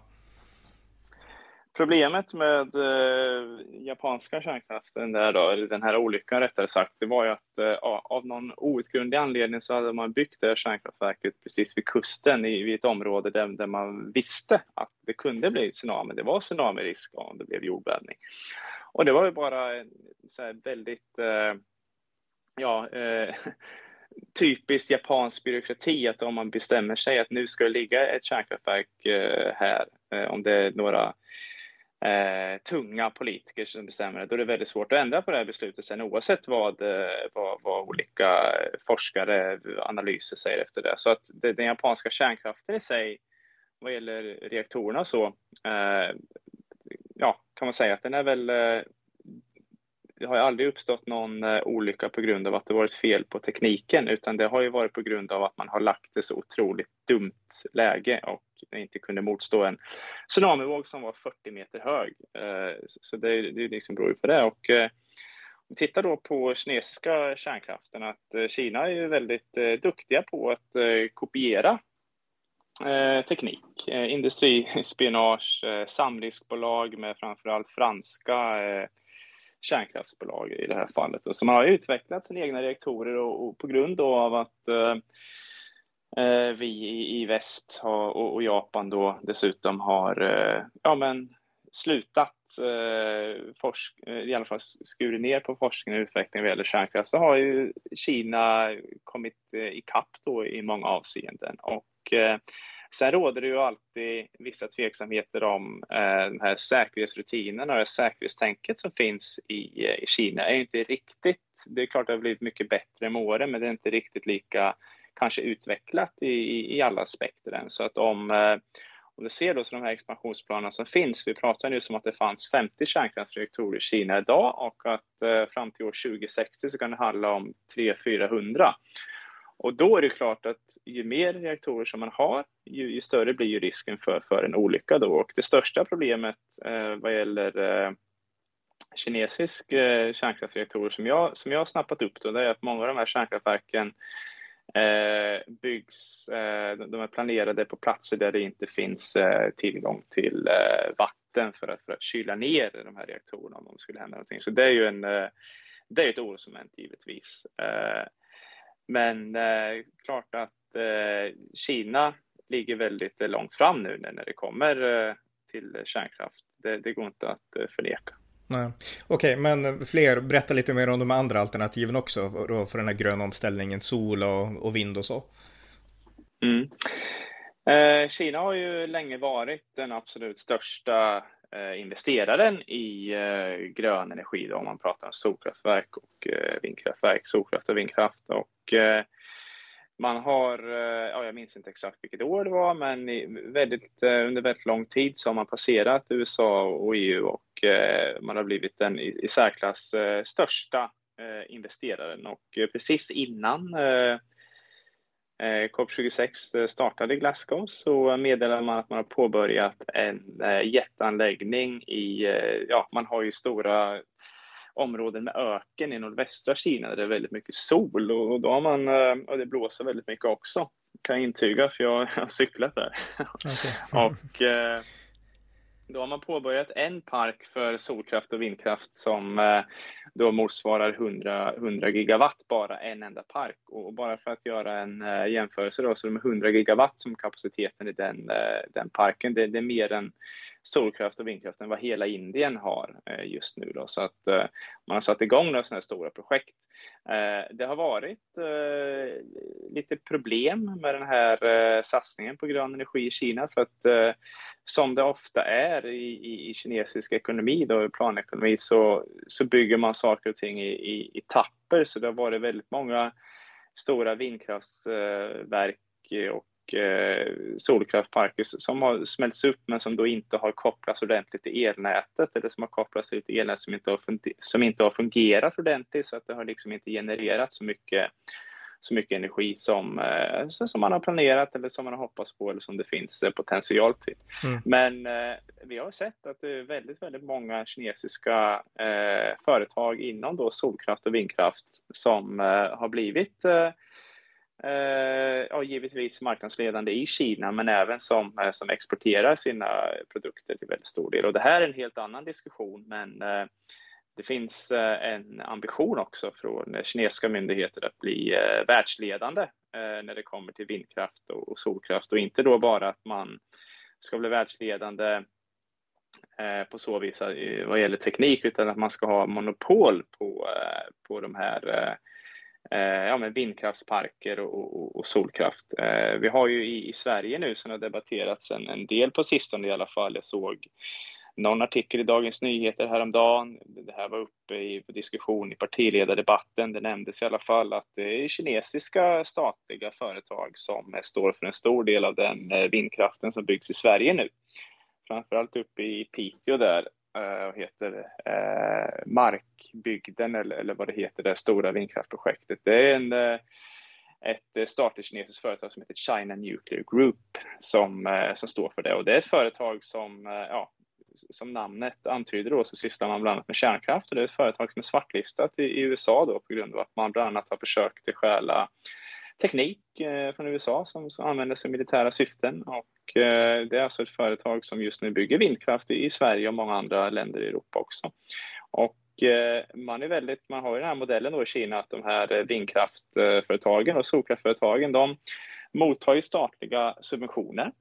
Problemet med eh, japanska kärnkraften där då, eller den här olyckan rättare sagt, det var ju att eh, av någon outgrundlig anledning så hade man byggt det här kärnkraftverket precis vid kusten i, vid ett område där, där man visste att det kunde bli tsunami. Det var tsunamirisk om det blev jordbävning. Och det var ju bara så här väldigt, eh, ja... Eh, typiskt japansk byråkrati att om man bestämmer sig att nu ska det ligga ett kärnkraftverk eh, här, eh, om det är några eh, tunga politiker som bestämmer det, då är det väldigt svårt att ändra på det här beslutet sen oavsett vad, eh, vad, vad olika forskare analyser säger efter det. Så att det, den japanska kärnkraften i sig vad gäller reaktorerna så eh, ja, kan man säga att den är väl eh, det har ju aldrig uppstått någon eh, olycka på grund av att det varit fel på tekniken, utan det har ju varit på grund av att man har lagt det så otroligt dumt läge och inte kunde motstå en tsunamivåg som var fyrtio meter hög. Eh, så det, det liksom beror ju på det. Och eh, om vi tittar då på kinesiska kärnkraften, att eh, Kina är ju väldigt eh, duktiga på att eh, kopiera eh, teknik. Eh, industrispionage, eh, samriskbolag med framförallt franska eh, kärnkraftsbolag i det här fallet. Och så man har utvecklat sina egna reaktorer och, och på grund av att eh, vi i, i väst har, och, och Japan då dessutom har eh, ja, men slutat eh, forsk, i alla fall skurit ner på forskning och utveckling vad gäller kärnkraft, så har ju Kina kommit eh, ikapp då i många avseenden. Och eh, sen råder det ju alltid vissa tveksamheter om eh, de här säkerhetsrutinerna och det säkerhetstänket som finns i, i Kina är inte riktigt, det är klart att det har blivit mycket bättre med åren, men det är inte riktigt lika kanske utvecklat i, i, i alla aspekter än. Så att om, eh, om du ser då så de här expansionsplanerna som finns, vi pratar nu som att det fanns femtio kärnkraftsreaktorer i Kina idag och att eh, fram till år tjugohundrasextio så kan det handla om tre till fyrahundra. Och då är det klart att ju mer reaktorer som man har, ju, ju större blir ju risken för, för en olycka då. Och det största problemet eh, vad gäller eh, kinesisk eh, kärnkraftsreaktorer som jag, som jag har snappat upp då, det är att många av de här kärnkraftverken eh, byggs, eh, de är planerade på platser där det inte finns eh, tillgång till eh, vatten för att, för att kyla ner de här reaktorerna om det skulle hända någonting. Så det är ju en, eh, det är ett orosmoment givetvis. Eh, Men eh, klart att eh, Kina ligger väldigt eh, långt fram nu när det kommer eh, till kärnkraft. Det, det går inte att eh, förneka. Nej. Okej, men fler, berätta lite mer om de andra alternativen också för, för den här gröna omställningen, sol och, och vind och så. Mm. Eh, Kina har ju länge varit den absolut största eh, investeraren i eh, grön energi då, om man pratar om solkraftverk och eh, vindkraftverk, solkraft och vindkraft. Och eh, man har, eh, ja, jag minns inte exakt vilket år det var, men i väldigt, eh, under väldigt lång tid så har man passerat U S A och E U och eh, man har blivit den i, i särklass eh, största eh, investeraren. Och eh, precis innan eh, C O P tjugosex startade i Glasgow så meddelade man att man har påbörjat en eh, jätteanläggning i, eh, ja, man har ju stora områden med öken i nordvästra Kina där det är väldigt mycket sol, och då har man, och det blåser väldigt mycket också, kan jag intyga för jag har cyklat där. Okay. Och eh, då har man påbörjat en park för solkraft och vindkraft som eh, då motsvarar hundra, hundra gigawatt, bara en enda park. Och bara för att göra en eh, jämförelse då, så de hundra gigawatt som kapaciteten i den, eh, den parken, det, det är mer än solkraft och vindkraft än vad hela Indien har eh, just nu då. Så att eh, man har satt igång några sådana här stora projekt. Eh, det har varit eh, lite problem med den här eh, satsningen på grön energi i Kina, för att eh, som det ofta är i, i, i kinesisk ekonomi då, planekonomi, så, så bygger man saker och ting i, i, i tapper. Så det har varit väldigt många stora vindkraftsverk och solkraftparker som har smälts upp men som då inte har kopplats ordentligt till elnätet, eller som har kopplats till ett elnät som inte har, som inte har fungerat ordentligt, så att det har liksom inte genererat så mycket, så mycket energi som, som man har planerat eller som man har hoppats på eller som det finns potential till. Mm. Men eh, vi har sett att det är väldigt, väldigt många kinesiska eh, företag inom då solkraft och vindkraft som eh, har blivit eh, Uh, ja, givetvis marknadsledande i Kina, men även som, uh, som exporterar sina produkter till väldigt stor del. Och det här är en helt annan diskussion, men uh, det finns uh, en ambition också från uh, kinesiska myndigheter att bli uh, världsledande uh, när det kommer till vindkraft och, och solkraft. Och inte då bara att man ska bli världsledande uh, på så vis uh, vad gäller teknik, utan att man ska ha monopol på, uh, på de här uh, ja, med vindkraftsparker och, och, och solkraft. Eh, vi har ju i, i Sverige nu, som har debatterats en, en del på sistone i alla fall. Jag såg någon artikel i Dagens Nyheter häromdagen. Det här var uppe i diskussion i partiledardebatten. Det nämndes i alla fall att det är kinesiska statliga företag som står för en stor del av den vindkraften som byggs i Sverige nu. Framförallt uppe i Piteå där. Uh, heter uh, Markbygden eller, eller vad det heter, det stora vindkraftprojektet. Det är en, uh, ett statligt kinesiskt företag som heter China Nuclear Group som, uh, som står för det. Och det är ett företag som, uh, ja, som namnet antyder då, så sysslar man bland annat med kärnkraft. Och det är ett företag som är svartlistat i, i U S A då, på grund av att man bland annat har försökt att stjäla teknik eh, från U S A som, som används i militära syften, och eh, det är alltså ett företag som just nu bygger vindkraft i, i Sverige och många andra länder i Europa också. Och eh, man är väldigt, man har ju den här modellen då i Kina att de här vindkraftföretagen och solkraftföretagen, de mottar ju statliga subventioner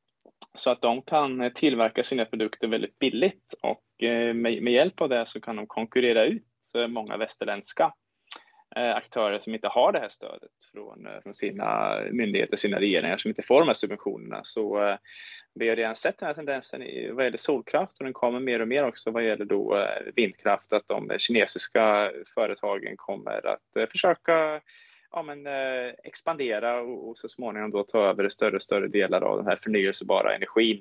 så att de kan tillverka sina produkter väldigt billigt, och eh, med, med hjälp av det så kan de konkurrera ut många västerländska aktörer som inte har det här stödet från, från sina myndigheter, sina regeringar, som inte får de här subventionerna. Så eh, vi har redan sett den här tendensen i, vad gäller solkraft, och den kommer mer och mer också vad gäller då, eh, vindkraft, att de kinesiska företagen kommer att eh, försöka ja, men, eh, expandera och, och så småningom då ta över större och större delar av den här förnyelsebara energin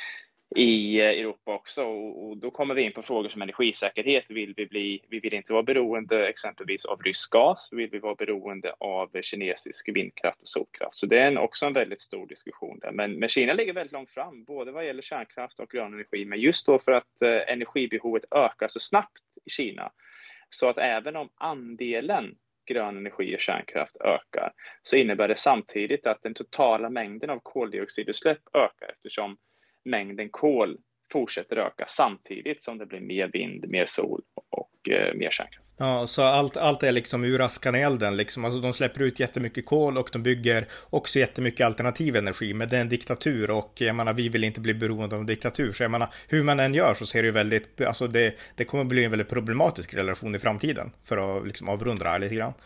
i Europa också, och då kommer vi in på frågor som energisäkerhet. Vill vi bli, vi vill inte vara beroende exempelvis av rysk gas, vill vi vara beroende av kinesisk vindkraft och solkraft. Så det är en, också en väldigt stor diskussion där. Men, men Kina ligger väldigt långt fram, både vad gäller kärnkraft och grön energi, men just då för att eh, energibehovet ökar så snabbt i Kina, så att även om andelen grön energi och kärnkraft ökar, så innebär det samtidigt att den totala mängden av koldioxidutsläpp ökar, eftersom mängden kol fortsätter öka samtidigt som det blir mer vind, mer sol och eh, mer kärnkraft. Ja, så allt, allt är liksom ur askan i elden liksom. Alltså de släpper ut jättemycket kol och de bygger också jättemycket alternativ energi, men det är en diktatur, och jag menar, vi vill inte bli beroende av en diktatur, så jag menar, hur man än gör så ser det ju väldigt, alltså det, det kommer bli en väldigt problematisk relation i framtiden, för att liksom avrunda det här lite grann.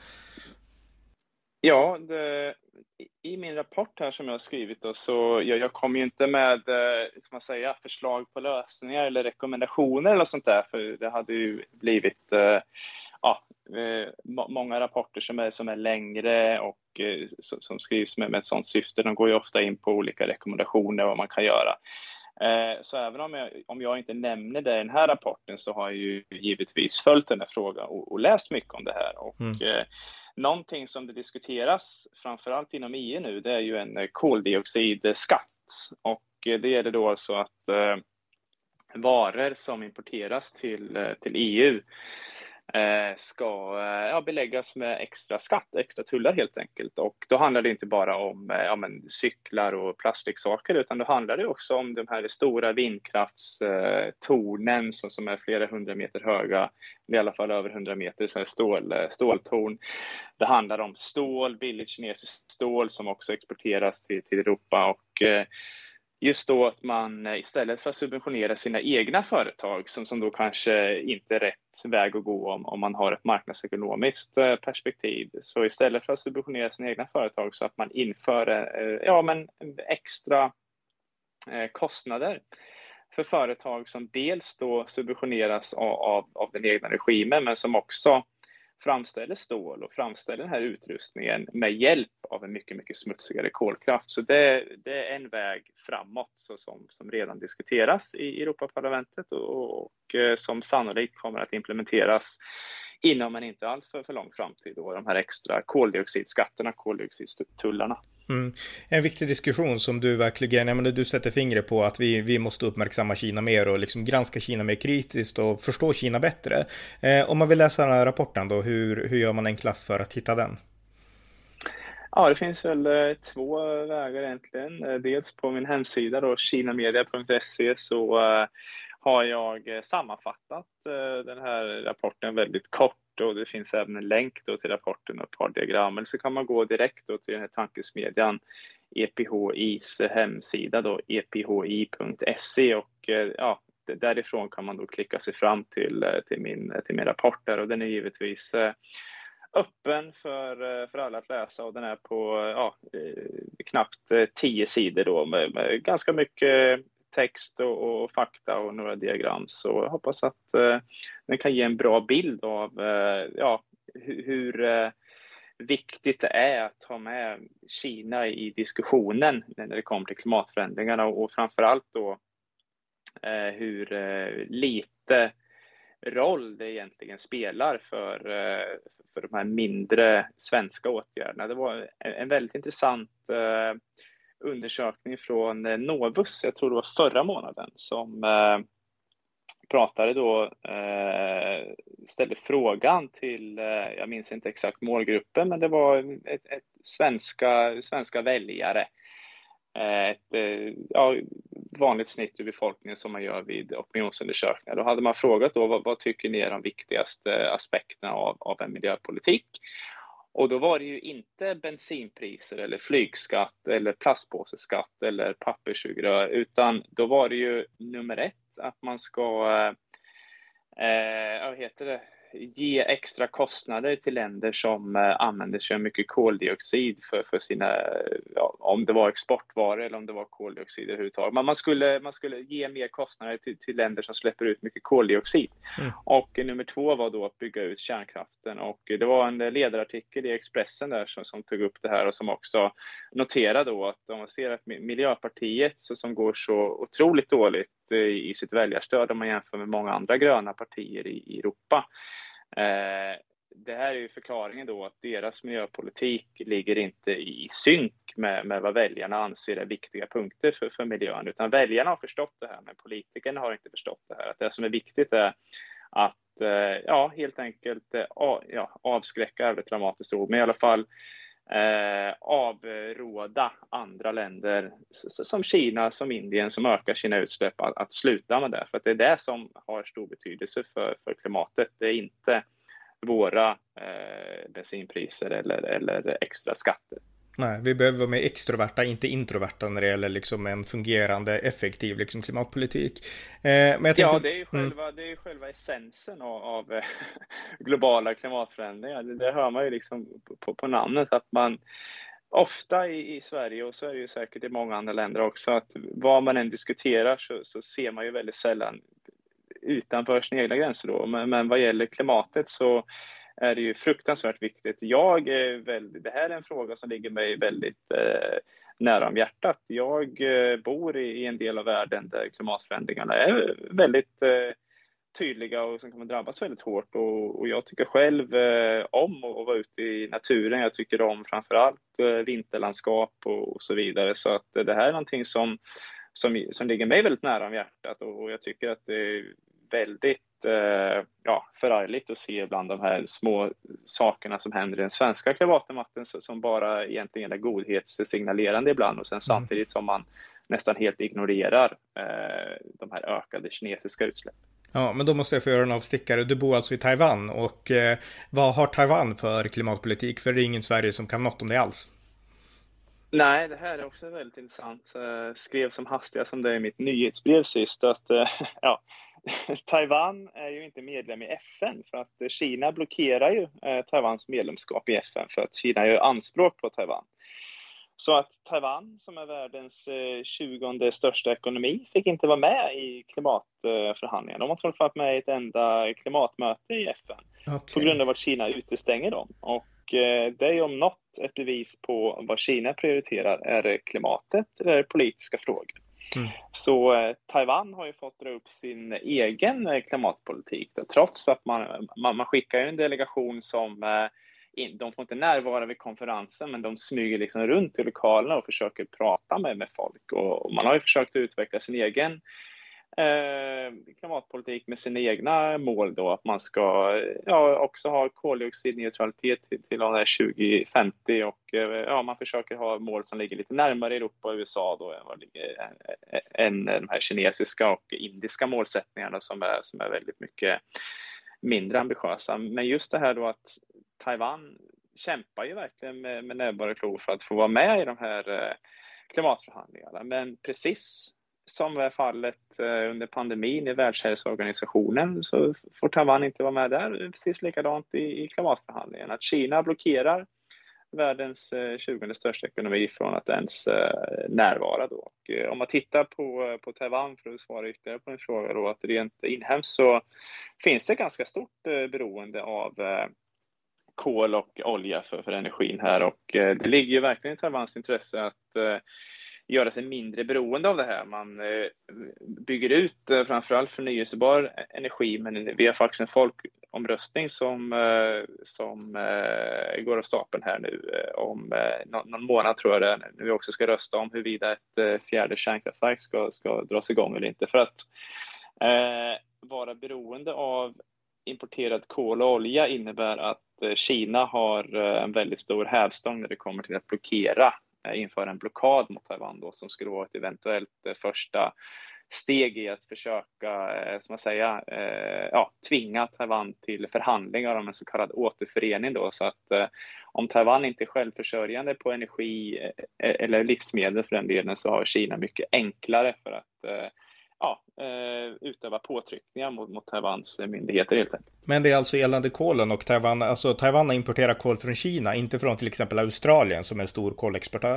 Ja, det, i min rapport här som jag har skrivit då, så jag, jag kommer ju inte med ska man säga, förslag på lösningar eller rekommendationer eller sånt där, för det hade ju blivit ja, många rapporter som är, som är längre och som, som skrivs med, med ett sånt syfte. De går ju ofta in på olika rekommendationer vad man kan göra. Eh, så även om jag, om jag inte nämner det i den här rapporten, så har jag ju givetvis följt den här frågan och, och läst mycket om det här. Och Mm. eh, någonting som det diskuteras framförallt inom E U nu, det är ju en koldioxidskatt. Och eh, det gäller då alltså att eh, varor som importeras till, eh, till E U eh, ska eh, ja, beläggas med extra skatt, extra tullar helt enkelt. Och då handlar det inte bara om eh, ja, men, cyklar och plastleksaker, utan då handlar det också om de här stora vindkraftstornen som, som är flera hundra meter höga, i alla fall över hundra meter, så är stål, ståltorn. Det handlar om stål, billigt kinesiskt stål som också exporteras till, till Europa. Och eh, just då att man istället för att subventionera sina egna företag, som, som då kanske inte är rätt väg att gå om, om man har ett marknadsekonomiskt perspektiv, så istället för att subventionera sina egna företag, så att man inför ja, men extra kostnader för företag som dels då subventioneras av, av, av den egna regimen, men som också framställer stål och framställer den här utrustningen med hjälp av en mycket, mycket smutsigare kolkraft. Så det, det är en väg framåt, så som, som redan diskuteras i Europaparlamentet och, och som sannolikt kommer att implementeras inom en inte alltför för lång framtid, och de här extra koldioxidskatterna, koldioxidtullarna. Mm. En viktig diskussion som du verkligen, jag menar, du sätter fingret på att vi, vi måste uppmärksamma Kina mer och liksom granska Kina mer kritiskt och förstå Kina bättre. Eh, om man vill läsa den här rapporten då, hur, hur gör man en klass för att hitta den? Ja, det finns väl eh, två vägar egentligen. Eh, dels på min hemsida då, kinamedia punkt se, så eh, har jag eh, sammanfattat eh, den här rapporten väldigt kort, och det finns även en länk då till rapporten och ett par diagram. Eller så kan man gå direkt då till den här tankesmedjan E P H I's hemsida då, e p h i punkt se, och eh, ja, därifrån kan man då klicka sig fram till, till, min, till min rapport där, och den är givetvis eh, öppen för, för alla att läsa, och den är på ja, knappt tio sidor då, med, med ganska mycket text och, och fakta och några diagram. Så jag hoppas att eh, den kan ge en bra bild av eh, ja, hur, hur eh, viktigt det är att ha med Kina i diskussionen när det kommer till klimatförändringarna, och, och framförallt då eh, hur eh, lite roll det egentligen spelar för, för de här mindre svenska åtgärderna. Det var en väldigt intressant undersökning från Novus, jag tror det var förra månaden, som pratade då, ställde frågan till, jag minns inte exakt målgruppen, men det var ett, ett svenska, svenska väljare. Ett ja, vanligt snitt ur befolkningen som man gör vid opinionsundersökningar. Då hade man frågat då, vad, vad tycker ni är de viktigaste aspekterna av, av en miljöpolitik? Och då var det ju inte bensinpriser eller flygskatt eller plastpåseskatt eller papperssugrör, utan då var det ju nummer ett att man ska eh, vad heter det? ge extra kostnader till länder som eh, använder sig av mycket koldioxid för, för sina, ja, om det var exportvaror eller om det var koldioxid överhuvudtaget. Men man skulle, man skulle ge mer kostnader till, till länder som släpper ut mycket koldioxid. Mm. Och eh, nummer två var då att bygga ut kärnkraften. Och eh, det var en ledarartikel i Expressen där som, som tog upp det här, och som också noterade då att om man ser att Miljöpartiet, så, som går så otroligt dåligt eh, i sitt väljarstöd om man jämför med många andra gröna partier i, i Europa. Eh, det här är ju förklaringen då att deras miljöpolitik ligger inte i synk med, med vad väljarna anser är viktiga punkter för, för miljön, utan väljarna har förstått det här, men politikerna har inte förstått det här. Att det som är viktigt är att eh, ja, helt enkelt eh, ja, avskräcka över ett dramatiskt ord, men i alla fall eh, avråda andra länder som Kina, som Indien, som ökar sina utsläpp att, att sluta med det. För att det är det som har stor betydelse för, för klimatet. Det är inte våra eh, bensinpriser eller, eller extra skatter. Nej, vi behöver vara mer extroverta, inte introverta när det gäller liksom en fungerande, effektiv liksom klimatpolitik. Eh, men jag tänkte... Ja, det är ju själva, mm. det är ju själva essensen av, av globala klimatförändringar. Det, det hör man ju liksom på, på namnet, att man ofta i, i Sverige, och så är det ju säkert i många andra länder också, att vad man än diskuterar så, så ser man ju väldigt sällan utanför sina egna gränser då. Men, men vad gäller klimatet så är det ju fruktansvärt viktigt. Jag är väldigt, det här är en fråga som ligger mig väldigt eh, nära om hjärtat. Jag eh, bor i, i en del av världen där klimatförändringarna är väldigt eh, tydliga och som kommer drabbas väldigt hårt. Och, och jag tycker själv eh, om att vara ute i naturen. Jag tycker om framförallt eh, vinterlandskap och, och så vidare. Så att eh, det här är någonting som, som, som ligger mig väldigt nära om hjärtat. Och, och jag tycker att det är väldigt eh, ja, förargligt att se bland de här små sakerna som händer i den svenska klimatdebatten som bara egentligen är godhetssignalerande ibland. Och sen samtidigt som man nästan helt ignorerar eh, de här ökade kinesiska utsläppen. Ja, men då måste jag få göra en avstickare. Du bor alltså i Taiwan och eh, vad har Taiwan för klimatpolitik? För det är ingen Sverige som kan något om det alls. Nej, det här är också väldigt intressant. Jag skrev som hastigast som det är i mitt nyhetsbrev sist att ja, Taiwan är ju inte medlem i F N för att Kina blockerar ju Taiwans medlemskap i F N för att Kina gör anspråk på Taiwan. Så att Taiwan, som är världens tjugonde största ekonomi, fick inte vara med i klimatförhandlingarna. De har inte varit med i ett enda klimatmöte i F N okay. På grund av att Kina utestänger dem. Och det är ju om något ett bevis på vad Kina prioriterar. Är det klimatet eller är det politiska frågor? Mm. Så eh, Taiwan har ju fått dra upp sin egen eh, klimatpolitik. Då, trots att man, man, man skickar en delegation som eh, in, de får inte närvara vid konferensen, men de smyger liksom runt i lokalerna och försöker prata med, med folk. Och, och man har ju försökt utveckla sin egen Eh, klimatpolitik med sina egna mål då, att man ska ja, också ha koldioxidneutralitet till, till tjugo femtio och eh, ja, man försöker ha mål som ligger lite närmare Europa och U S A då än, vad ligger, än, än de här kinesiska och indiska målsättningarna som är, som är väldigt mycket mindre ambitiösa. Men just det här då att Taiwan kämpar ju verkligen med, med näbbar och klor för att få vara med i de här eh, klimatförhandlingarna, men precis som är fallet under pandemin i Världshälsoorganisationen så får Taiwan inte vara med där. Precis likadant i, i klimatförhandlingen. Att Kina blockerar världens tjugonde största ekonomi från att ens närvara då. Och om man tittar på, på Taiwan för att svara ytterligare på en fråga då, att rent inhemskt så finns det ganska stort beroende av kol och olja för, för energin här. Och det ligger ju verkligen i Taiwans intresse att göra sig mindre beroende av det här. Man eh, bygger ut eh, framförallt förnyelsebar energi, men vi har faktiskt en folkomröstning som, eh, som eh, går av stapeln här nu eh, om eh, någon, någon månad tror jag det är, när vi också ska rösta om huruvida ett eh, fjärde kärnkraftverk ska, ska dras igång eller inte. För att eh, vara beroende av importerad kol och olja innebär att eh, Kina har eh, en väldigt stor hävstång när det kommer till att blockera inför en blockad mot Taiwan då, som skulle vara ett eventuellt första steg i att försöka som man säger, ja, tvinga Taiwan till förhandlingar om en så kallad återförening då, så att om Taiwan inte är självförsörjande på energi eller livsmedel för den delen, så har Kina mycket enklare för att ja, utöva påtryckningar mot, mot Taiwans myndigheter helt enkelt. Men det är alltså gällande kolen och Taiwan, alltså Taiwan importerar kol från Kina, inte från till exempel Australien som är en stor kolexportör?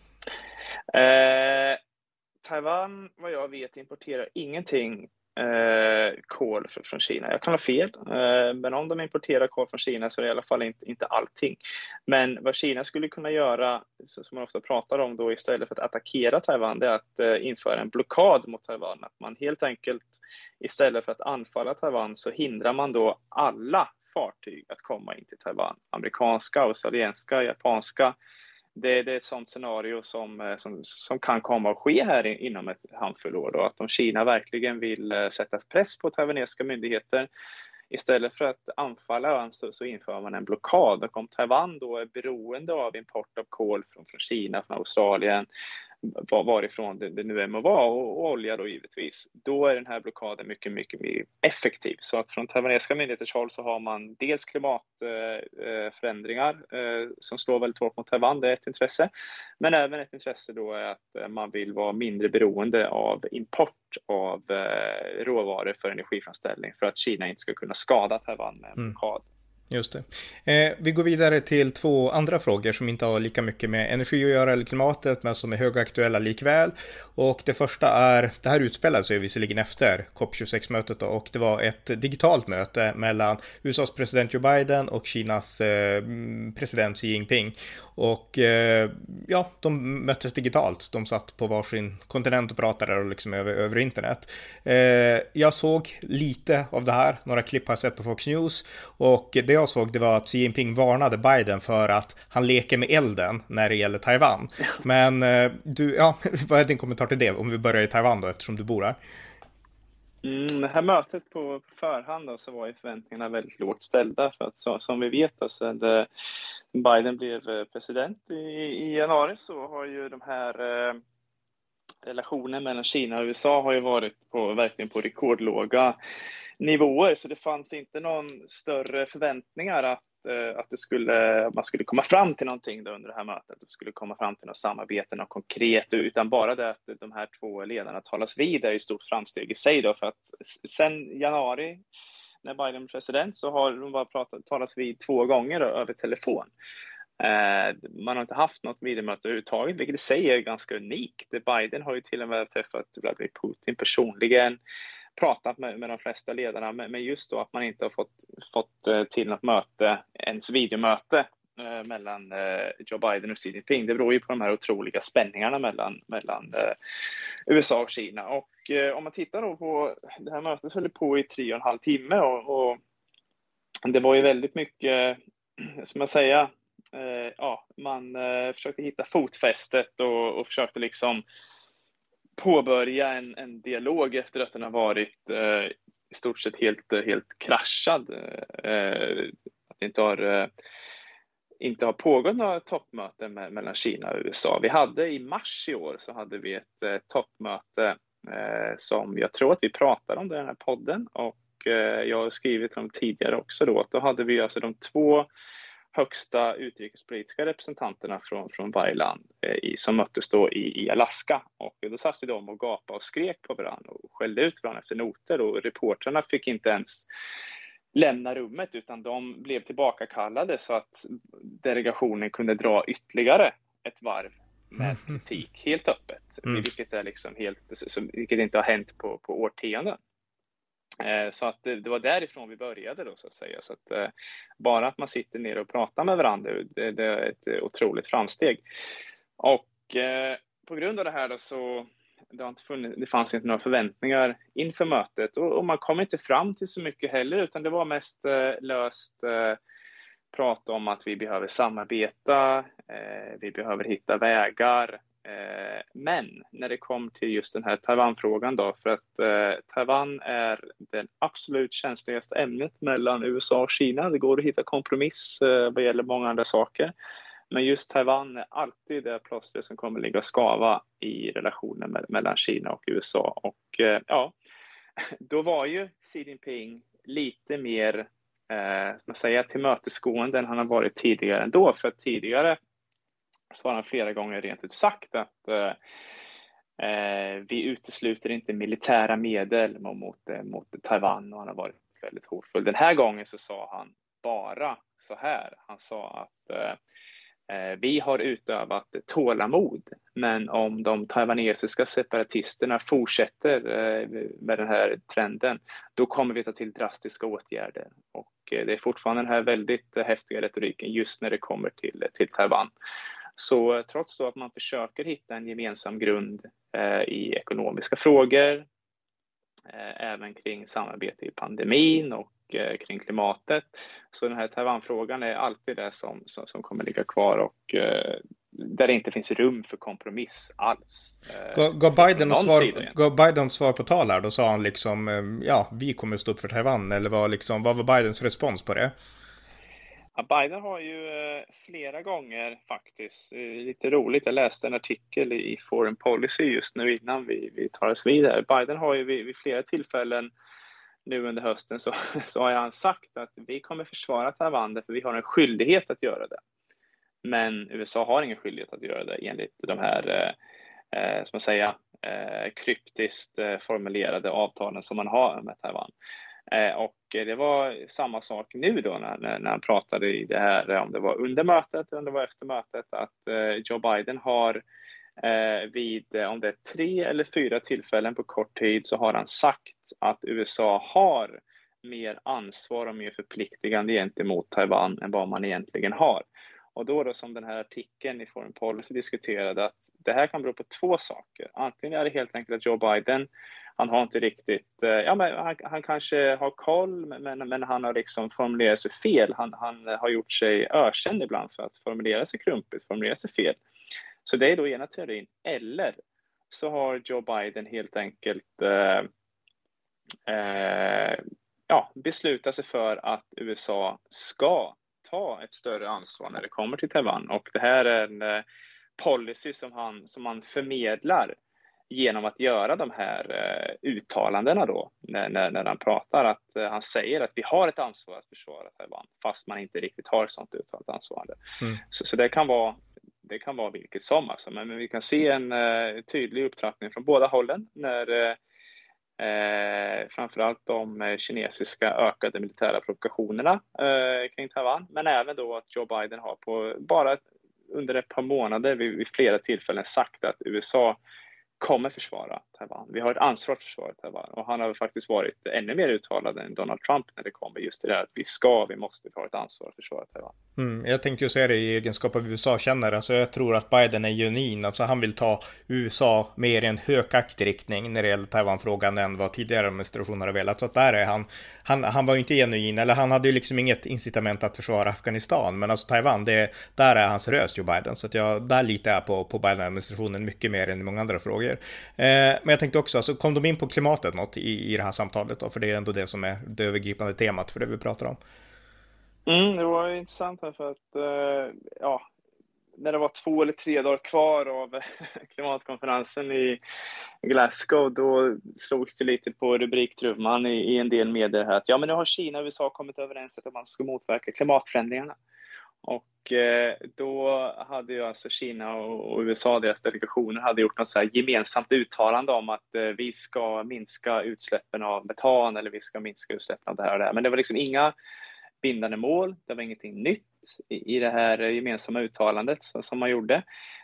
Eh, Taiwan, vad jag vet, importerar ingenting eh, kol för, från Kina. Jag kan ha fel, eh, men om de importerar kol från Kina så är det i alla fall inte, inte allting. Men vad Kina skulle kunna göra, som man ofta pratar om då, istället för att attackera Taiwan, det är att eh, införa en blockad mot Taiwan. Att man helt enkelt, istället för att anfalla Taiwan, så hindrar man då alla fartyg att komma in till Taiwan. Amerikanska, australienska, japanska. Det, det är ett sådant scenario som, som, som kan komma att ske här inom ett handfull år. Då. Att om Kina verkligen vill sätta press på taiwanesiska myndigheter, istället för att anfalla ön, så, så inför man en blockad. Och om Taiwan då är beroende av import av kol från, från Kina, från Australien, varifrån det, det nu är må vara, och, och olja då givetvis, då är den här blockaden mycket, mycket mer effektiv. Så att från taiwanesiska myndigheters håll så har man dels klimatförändringar eh, eh, som slår väldigt hårt mot Taiwan, det är ett intresse, men även ett intresse då är att man vill vara mindre beroende av import av eh, råvaror för energiframställning, för att Kina inte ska kunna skada Taiwan med en blockad. Just det. Eh, vi går vidare till två andra frågor som inte har lika mycket med energi att göra eller klimatet, men som är högaktuella likväl. Och det första är, det här utspelade sig visserligen efter C O P tjugosex-mötet då, och det var ett digitalt möte mellan U S A:s president Joe Biden och Kinas eh, president Xi Jinping. Och eh, ja, de möttes digitalt. De satt på varsin kontinent och pratade och liksom över, över internet. Eh, jag såg lite av det här, några klipp har jag sett på Fox News, och det jag såg det var att Xi Jinping varnade Biden för att han leker med elden när det gäller Taiwan. Men eh, du, ja, vad är din kommentar till det om vi börjar i Taiwan då, eftersom du bor här? Mm, det här mötet på förhand då, så var ju förväntningarna väldigt lågt ställda, för att så, som vi vet då, sen Biden blev president i, i januari så har ju de här eh, relationen mellan Kina och U S A har ju varit på, verkligen på rekordlåga nivåer, så det fanns inte någon större förväntningar att, eh, att det skulle, att man skulle komma fram till någonting då under det här mötet, att det skulle komma fram till något samarbete, något konkret, utan bara det att de här två ledarna talas vid är ju ett stort framsteg i sig då, för att sen januari när Biden blev president så har de bara pratat, talats vid två gånger då, över telefon. Eh, man har inte haft något videomöte överhuvudtaget, vilket i sig är ganska unikt. Biden har ju till och med träffat Vladimir Putin personligen, pratat med, med de flesta ledarna, men just då att man inte har fått, fått till något möte, ens videomöte eh, mellan eh, Joe Biden och Xi Jinping. Det beror ju på de här otroliga spänningarna mellan, mellan eh, U S A och Kina. Och eh, om man tittar då på det här mötet, höll på i tre och en halv timme och, och det var ju väldigt mycket, som jag säger, eh, ja, man eh, försökte hitta fotfästet och, och försökte liksom påbörja en, en dialog efter att den har varit eh, i stort sett helt, helt kraschad. Eh, att det inte har, eh, inte har pågått några toppmöten med, mellan Kina och U S A. Vi hade i mars i år så hade vi ett eh, toppmöte eh, som jag tror att vi pratade om i den här podden, och eh, jag har skrivit om tidigare också då, att då hade vi alltså de två högsta utrikespolitiska representanterna från, från varje land eh, i, som möttes då i, i Alaska, och då satt vi de och gapade och skrek på varandra och skällde ut varandra efter noter, och reportrarna fick inte ens lämna rummet utan de blev tillbakakallade så att delegationen kunde dra ytterligare ett varv med kritik helt öppet, mm. vilket är liksom helt, vilket inte har hänt på, på årtionden. Så att det, det var därifrån vi började då, så att säga. Så att eh, bara att man sitter ner och pratar med varandra, det, det är ett otroligt framsteg. Och eh, på grund av det här då så det, har inte funnits, det fanns inte några förväntningar inför mötet, och, och man kom inte fram till så mycket heller, utan det var mest eh, löst eh, prat om att vi behöver samarbeta, eh, vi behöver hitta vägar. Men när det kom till just den här Taiwan-frågan då, för att eh, Taiwan är det absolut känsligaste ämnet mellan U S A och Kina. Det går att hitta kompromiss eh, vad gäller många andra saker. Men just Taiwan är alltid det plåster som kommer ligga och skava i relationen med, mellan Kina och U S A. Och eh, ja, då var ju Xi Jinping lite mer eh, ska man säga, tillmötesgående än han har varit tidigare ändå. För att tidigare så har han flera gånger rent ut sagt att eh, vi utesluter inte militära medel mot, mot Taiwan, och han har varit väldigt hotfull. Den här gången så sa han bara så här. Han sa att eh, vi har utövat tålamod, men om de taiwanesiska separatisterna fortsätter eh, med den här trenden, då kommer vi ta till drastiska åtgärder. Och eh, det är fortfarande den här väldigt häftiga retoriken just när det kommer till, till Taiwan. Så trots då att man försöker hitta en gemensam grund eh, i ekonomiska frågor, eh, även kring samarbete i pandemin och eh, kring klimatet, så den här Taiwan-frågan är alltid det som, som, som kommer ligga kvar, och eh, där det inte finns rum för kompromiss alls. Eh, Gav Biden svar, gav Biden svar på tal här? Då sa han liksom, eh, ja, vi kommer stå upp för Taiwan, eller vad, liksom, vad var Bidens respons på det? Ja, Biden har ju eh, flera gånger faktiskt, eh, lite roligt, jag läste en artikel i Foreign Policy just nu innan vi, vi tar oss vidare. Biden har ju vid, vid flera tillfällen nu under hösten så, så har han sagt att vi kommer försvara Taiwan för vi har en skyldighet att göra det. Men U S A har ingen skyldighet att göra det enligt de här eh, som man säger, eh, kryptiskt eh, formulerade avtalen som man har med Taiwan. Och det var samma sak nu då när, när han pratade i det här, om det var under mötet eller om det var efter mötet, att Joe Biden har vid, om det är tre eller fyra tillfällen på kort tid, så har han sagt att U S A har mer ansvar och mer förpliktigande gentemot Taiwan än vad man egentligen har. Och då då som den här artikeln i Foreign Policy diskuterade, att det här kan bero på två saker. Antingen är det helt enkelt att Joe Biden, han har inte riktigt, ja men han, han kanske har koll, men, men han har liksom formulerat sig fel. Han, han har gjort sig ökänd ibland för att formulera sig klumpigt, formulera sig fel. Så det är då ena teorin. Eller så har Joe Biden helt enkelt eh, eh, ja, beslutat sig för att U S A ska ta ett större ansvar när det kommer till Taiwan. Och det här är en eh, policy som han, som han förmedlar genom att göra de här eh, uttalandena då, när, när, när han pratar, att eh, han säger att vi har ett ansvar att försvara Taiwan, fast man inte riktigt har ett sådant uttalat ansvar. Mm. Så, så det kan vara det kan vara vilket som, alltså. men, men vi kan se en eh, tydlig upptrappning från båda hållen när eh, Eh, framförallt de kinesiska ökade militära provokationerna eh, kring Taiwan, men även då att Joe Biden har på bara under ett par månader vid, vid flera tillfällen sagt att U S A kommer försvara Taiwan. Vi har ett ansvar att försvara Taiwan, och han har faktiskt varit ännu mer uttalad än Donald Trump när det kommer just till det här att vi ska, vi måste ha ett ansvar att försvara Taiwan. Mm, jag tänkte ju säga det i egenskap av U S A-kännare, alltså jag tror att Biden är genuin, alltså han vill ta U S A mer i en hökaktig riktning när det gäller Taiwan-frågan än vad tidigare administrationer har velat, så att där är han, han, han var ju inte genuin, eller han hade ju liksom inget incitament att försvara Afghanistan, men alltså Taiwan, det, där är hans röst Joe Biden, så att jag, där litar jag på, på Biden-administrationen mycket mer än i många andra frågor. Eh, men jag tänkte också, alltså, kom de in på klimatet något i, i det här samtalet då? För det är ändå det som är det övergripande temat för det vi pratar om. Mm, det var ju intressant här för att eh, ja, när det var två eller tre dagar kvar av klimatkonferensen i Glasgow, då slogs det lite på rubriktrumman i, i en del medier här att ja, men nu har Kina och U S A kommit överens att man ska motverka klimatförändringarna. Och eh, då hade ju alltså Kina och, och U S A, deras delegationer, hade gjort något så här gemensamt uttalande om att eh, vi ska minska utsläppen av metan, eller vi ska minska utsläppen av det här och det här. Men det var liksom inga bindande mål, det var ingenting nytt i, i det här gemensamma uttalandet som, som man gjorde.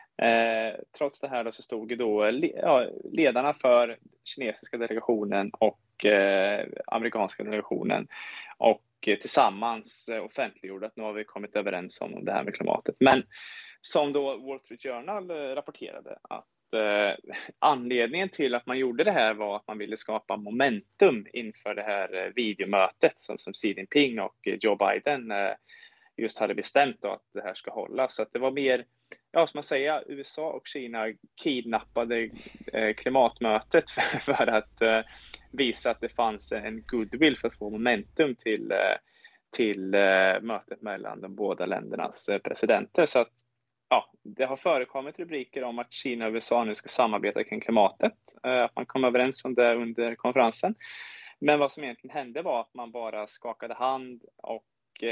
Eh, trots det här då så stod ju då ja, ledarna för kinesiska delegationen och eh, amerikanska delegationen och eh, tillsammans eh, offentliggjorde att nu har vi kommit överens om det här med klimatet. Men som då Wall Street Journal eh, rapporterade att eh, anledningen till att man gjorde det här var att man ville skapa momentum inför det här eh, videomötet som, som Xi Jinping och eh, Joe Biden eh, just hade bestämt då att det här ska hållas. Så att det var mer, ja, som man säger, U S A och Kina kidnappade eh, klimatmötet för, för att eh, visa att det fanns en goodwill för att få momentum till, eh, till eh, mötet mellan de båda ländernas eh, presidenter. Så att ja, det har förekommit rubriker om att Kina och U S A nu ska samarbeta kring klimatet, eh, att man kom överens om det under konferensen. Men vad som egentligen hände var att man bara skakade hand och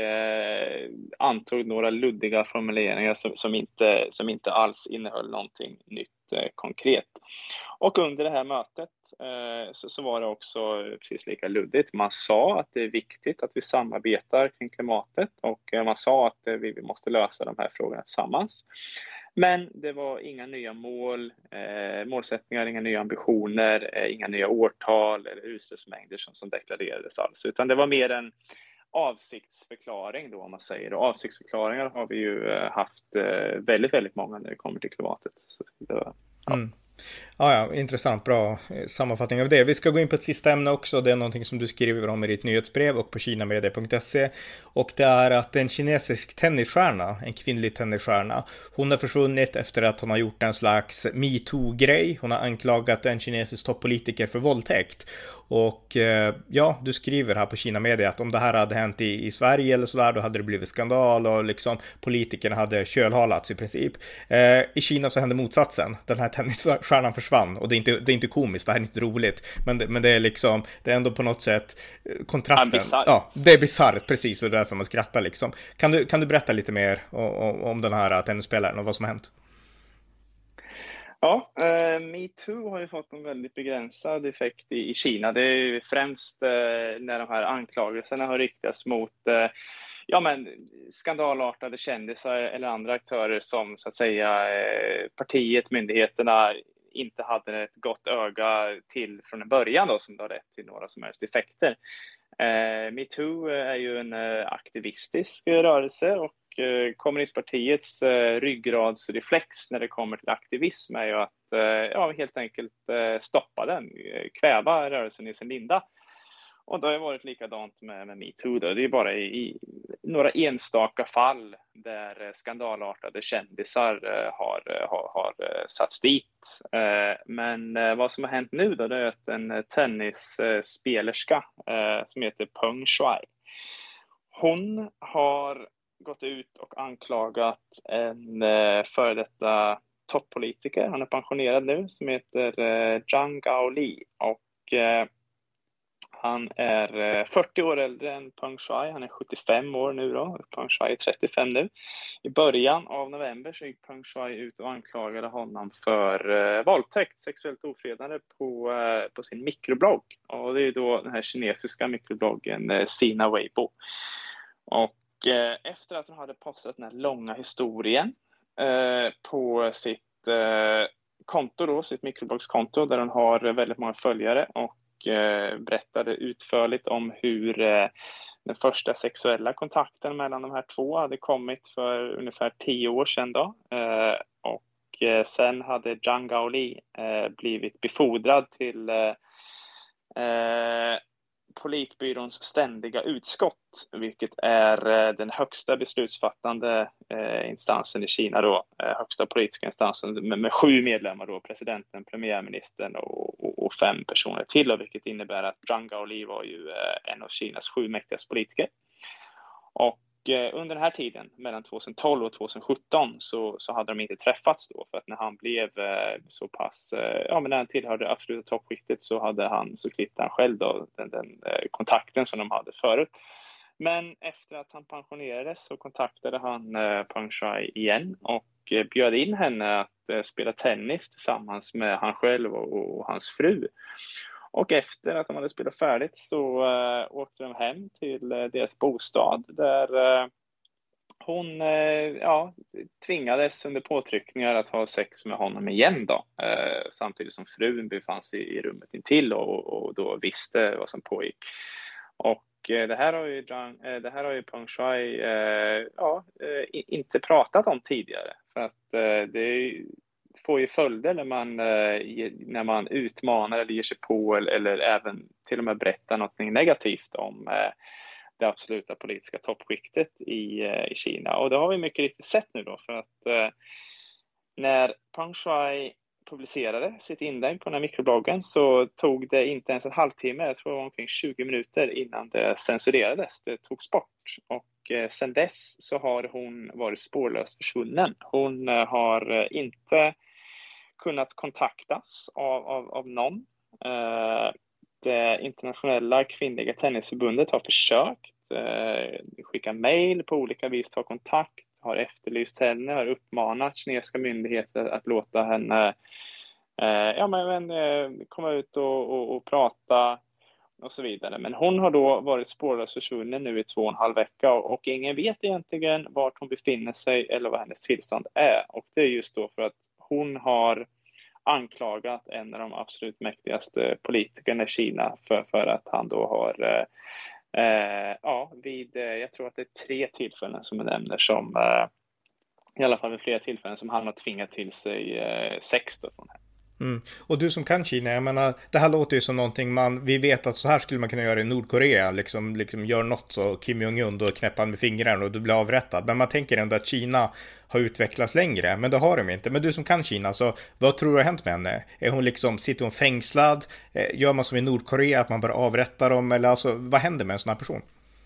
Eh, antog några luddiga formuleringar som, som, inte, som inte alls innehöll någonting nytt eh, konkret. Och under det här mötet eh, så, så var det också precis lika luddigt. Man sa att det är viktigt att vi samarbetar kring klimatet, och eh, man sa att eh, vi, vi måste lösa de här frågorna tillsammans. Men det var inga nya mål, eh, målsättningar, inga nya ambitioner, eh, inga nya årtal eller utsläppsmängder som, som deklarerades alls, utan det var mer en avsiktsförklaring då, om man säger. Och avsiktsförklaringar har vi ju haft väldigt, väldigt många när det kommer till klimatet. Så det var, ja. Mm. Ja, ja, intressant, bra sammanfattning av det. Vi ska gå in på ett sista ämne också. Det är någonting som du skriver om i ditt nyhetsbrev och på kinamedia punkt se. Och det är att en kinesisk tennisstjärna, en kvinnlig tennisstjärna, hon har försvunnit efter att hon har gjort en slags MeToo-grej. Hon har anklagat en kinesisk toppolitiker för våldtäkt. Och ja, du skriver här på Kinamedia att om det här hade hänt i, i Sverige eller sådär, då hade det blivit skandal och liksom politikerna hade kölhalats i princip. Eh, I Kina så hände motsatsen. Den här tennisstjärnan försvann, och det är inte, det är inte komiskt, det här är inte roligt, men det, men det är liksom, det är ändå på något sätt kontrasten. Ja, ja, det är bizarrt, precis, och det är därför man skrattar liksom. Kan du, kan du berätta lite mer om, om den här tennisspelaren och vad som har hänt? Ja, eh, MeToo har ju fått en väldigt begränsad effekt i, i Kina. Det är ju främst eh, när de här anklagelserna har riktats mot eh, ja, men, skandalartade kändisar eller andra aktörer som så att säga eh, partiet, myndigheterna inte hade ett gott öga till från en början då, som har lett till några som helst effekter. Eh, MeToo är ju en eh, aktivistisk rörelse och eh, kommunistpartiets eh, ryggradsreflex när det kommer till aktivism är ju att eh, ja, helt enkelt eh, stoppa den, eh, kväva rörelsen i sin linda. Och det har varit likadant med, med MeToo. Då. Det är bara i, i några enstaka fall där eh, skandalartade kändisar eh, har, har, har eh, satts dit. Eh, men eh, vad som har hänt nu då, det är att en tennisspelerska eh, som heter Peng Shuai, hon har gått ut och anklagat en eh, före detta toppolitiker, han är pensionerad nu, som heter eh, Zhang Gaoli. Och eh, han är fyrtio år äldre än Peng Shuai. Han är sjuttiofem år nu då. Peng Shuai är trettiofem nu. I början av november så gick Peng Shuai ut och anklagade honom för uh, våldtäkt, sexuellt ofredande på, uh, på sin mikroblogg. Och det är då den här kinesiska mikrobloggen uh, Sina Weibo. Och uh, efter att han hade postat den här långa historien uh, på sitt uh, konto då, sitt mikrobloggskonto där han har väldigt många följare och berättade utförligt om hur den första sexuella kontakten mellan de här två hade kommit för ungefär tio år sedan då. Och sen hade Zhang Gaoli blivit befordrad till politbyråns ständiga utskott, vilket är den högsta beslutsfattande instansen i Kina då, högsta politiska instansen med, med sju medlemmar då, presidenten, premiärministern och, och, och fem personer till, och vilket innebär att Zhang Gaoli var ju en av Kinas sju mäktigaste politiker. Och under den här tiden, mellan tjugohundratolv och tjugosjutton, så, så hade de inte träffats då, för att när han blev eh, så pass, eh, ja men när han tillhörde det absoluta toppskiktet så hade han, så klippte han själv då den, den eh, kontakten som de hade förut. Men efter att han pensionerades så kontaktade han eh, Peng Shuai igen och eh, bjöd in henne att eh, spela tennis tillsammans med han själv och, och hans fru. Och efter att de hade spelat färdigt så uh, åkte de hem till uh, deras bostad där uh, hon uh, ja, tvingades under påtryckningar att ha sex med honom igen då. Uh, samtidigt som frun befann sig i rummet intill och, och då visste vad som pågick. Och uh, det här har ju, uh, det här har ju Peng Shuai uh, ja, uh, inte pratat om tidigare. För att uh, det är får ju följder när man, när man utmanar eller ger sig på eller, eller även till och med berättar något negativt om det absoluta politiska toppskiktet i, i Kina. Och det har vi mycket riktigt sett nu då, för att när Peng Shuai publicerade sitt inlägg på den här mikrobloggen så tog det inte ens en halvtimme, jag tror det var omkring tjugo minuter innan det censurerades, det togs bort. Och eh, sen dess så har hon varit spårlöst försvunnen. Hon eh, har inte kunnat kontaktas av, av, av någon. Eh, det internationella kvinnliga tennisförbundet har försökt eh, skicka mejl på olika vis, ta kontakt, har efterlyst henne, har uppmanat kinesiska myndigheter att låta henne eh, ja, men, men, komma ut och, och, och prata och så vidare. Men hon har då varit spårlöst försvunnen nu i två och en halv vecka och, och ingen vet egentligen vart hon befinner sig eller vad hennes tillstånd är. Och det är just då för att hon har anklagat en av de absolut mäktigaste politikerna i Kina för, för att han då har eh, ja, vid, jag tror att det är tre tillfällen som jag nämner som eh, i alla fall vid flera tillfällen som han har tvingat till sig eh, sex då från henne. Mm. Och du som kan Kina, jag menar, det här låter ju som någonting man, vi vet att så här skulle man kunna göra i Nordkorea, liksom, liksom gör något så Kim Jong-Un då knäpper med fingrarna och du blir avrättad. Men man tänker ändå att Kina har utvecklats längre, men det har de inte. Men du som kan Kina, så vad tror du har hänt med henne? Är hon liksom, sitter hon fängslad? Gör man som i Nordkorea, att man bara avrättar dem? Eller alltså, vad händer med en sån här person?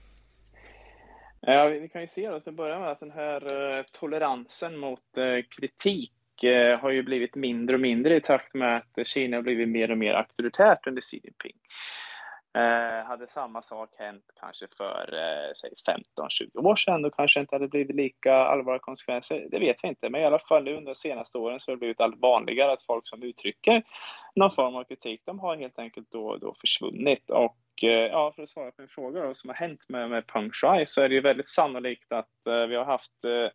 Ja, vi kan ju se då till att börja med att den här eh, toleransen mot eh, kritik har ju blivit mindre och mindre i takt med att Kina har blivit mer och mer auktoritärt under Xi Jinping. Eh, hade samma sak hänt kanske för eh, säg femton tjugo år sedan, då kanske inte hade blivit lika allvarliga konsekvenser. Det vet vi inte, men i alla fall nu under de senaste åren så har det blivit allt vanligare att folk som uttrycker någon form av kritik, de har helt enkelt då, då försvunnit. Och eh, ja, för att svara på en fråga då, som har hänt med, med Peng Shuai, så är det ju väldigt sannolikt att eh, vi har haft eh,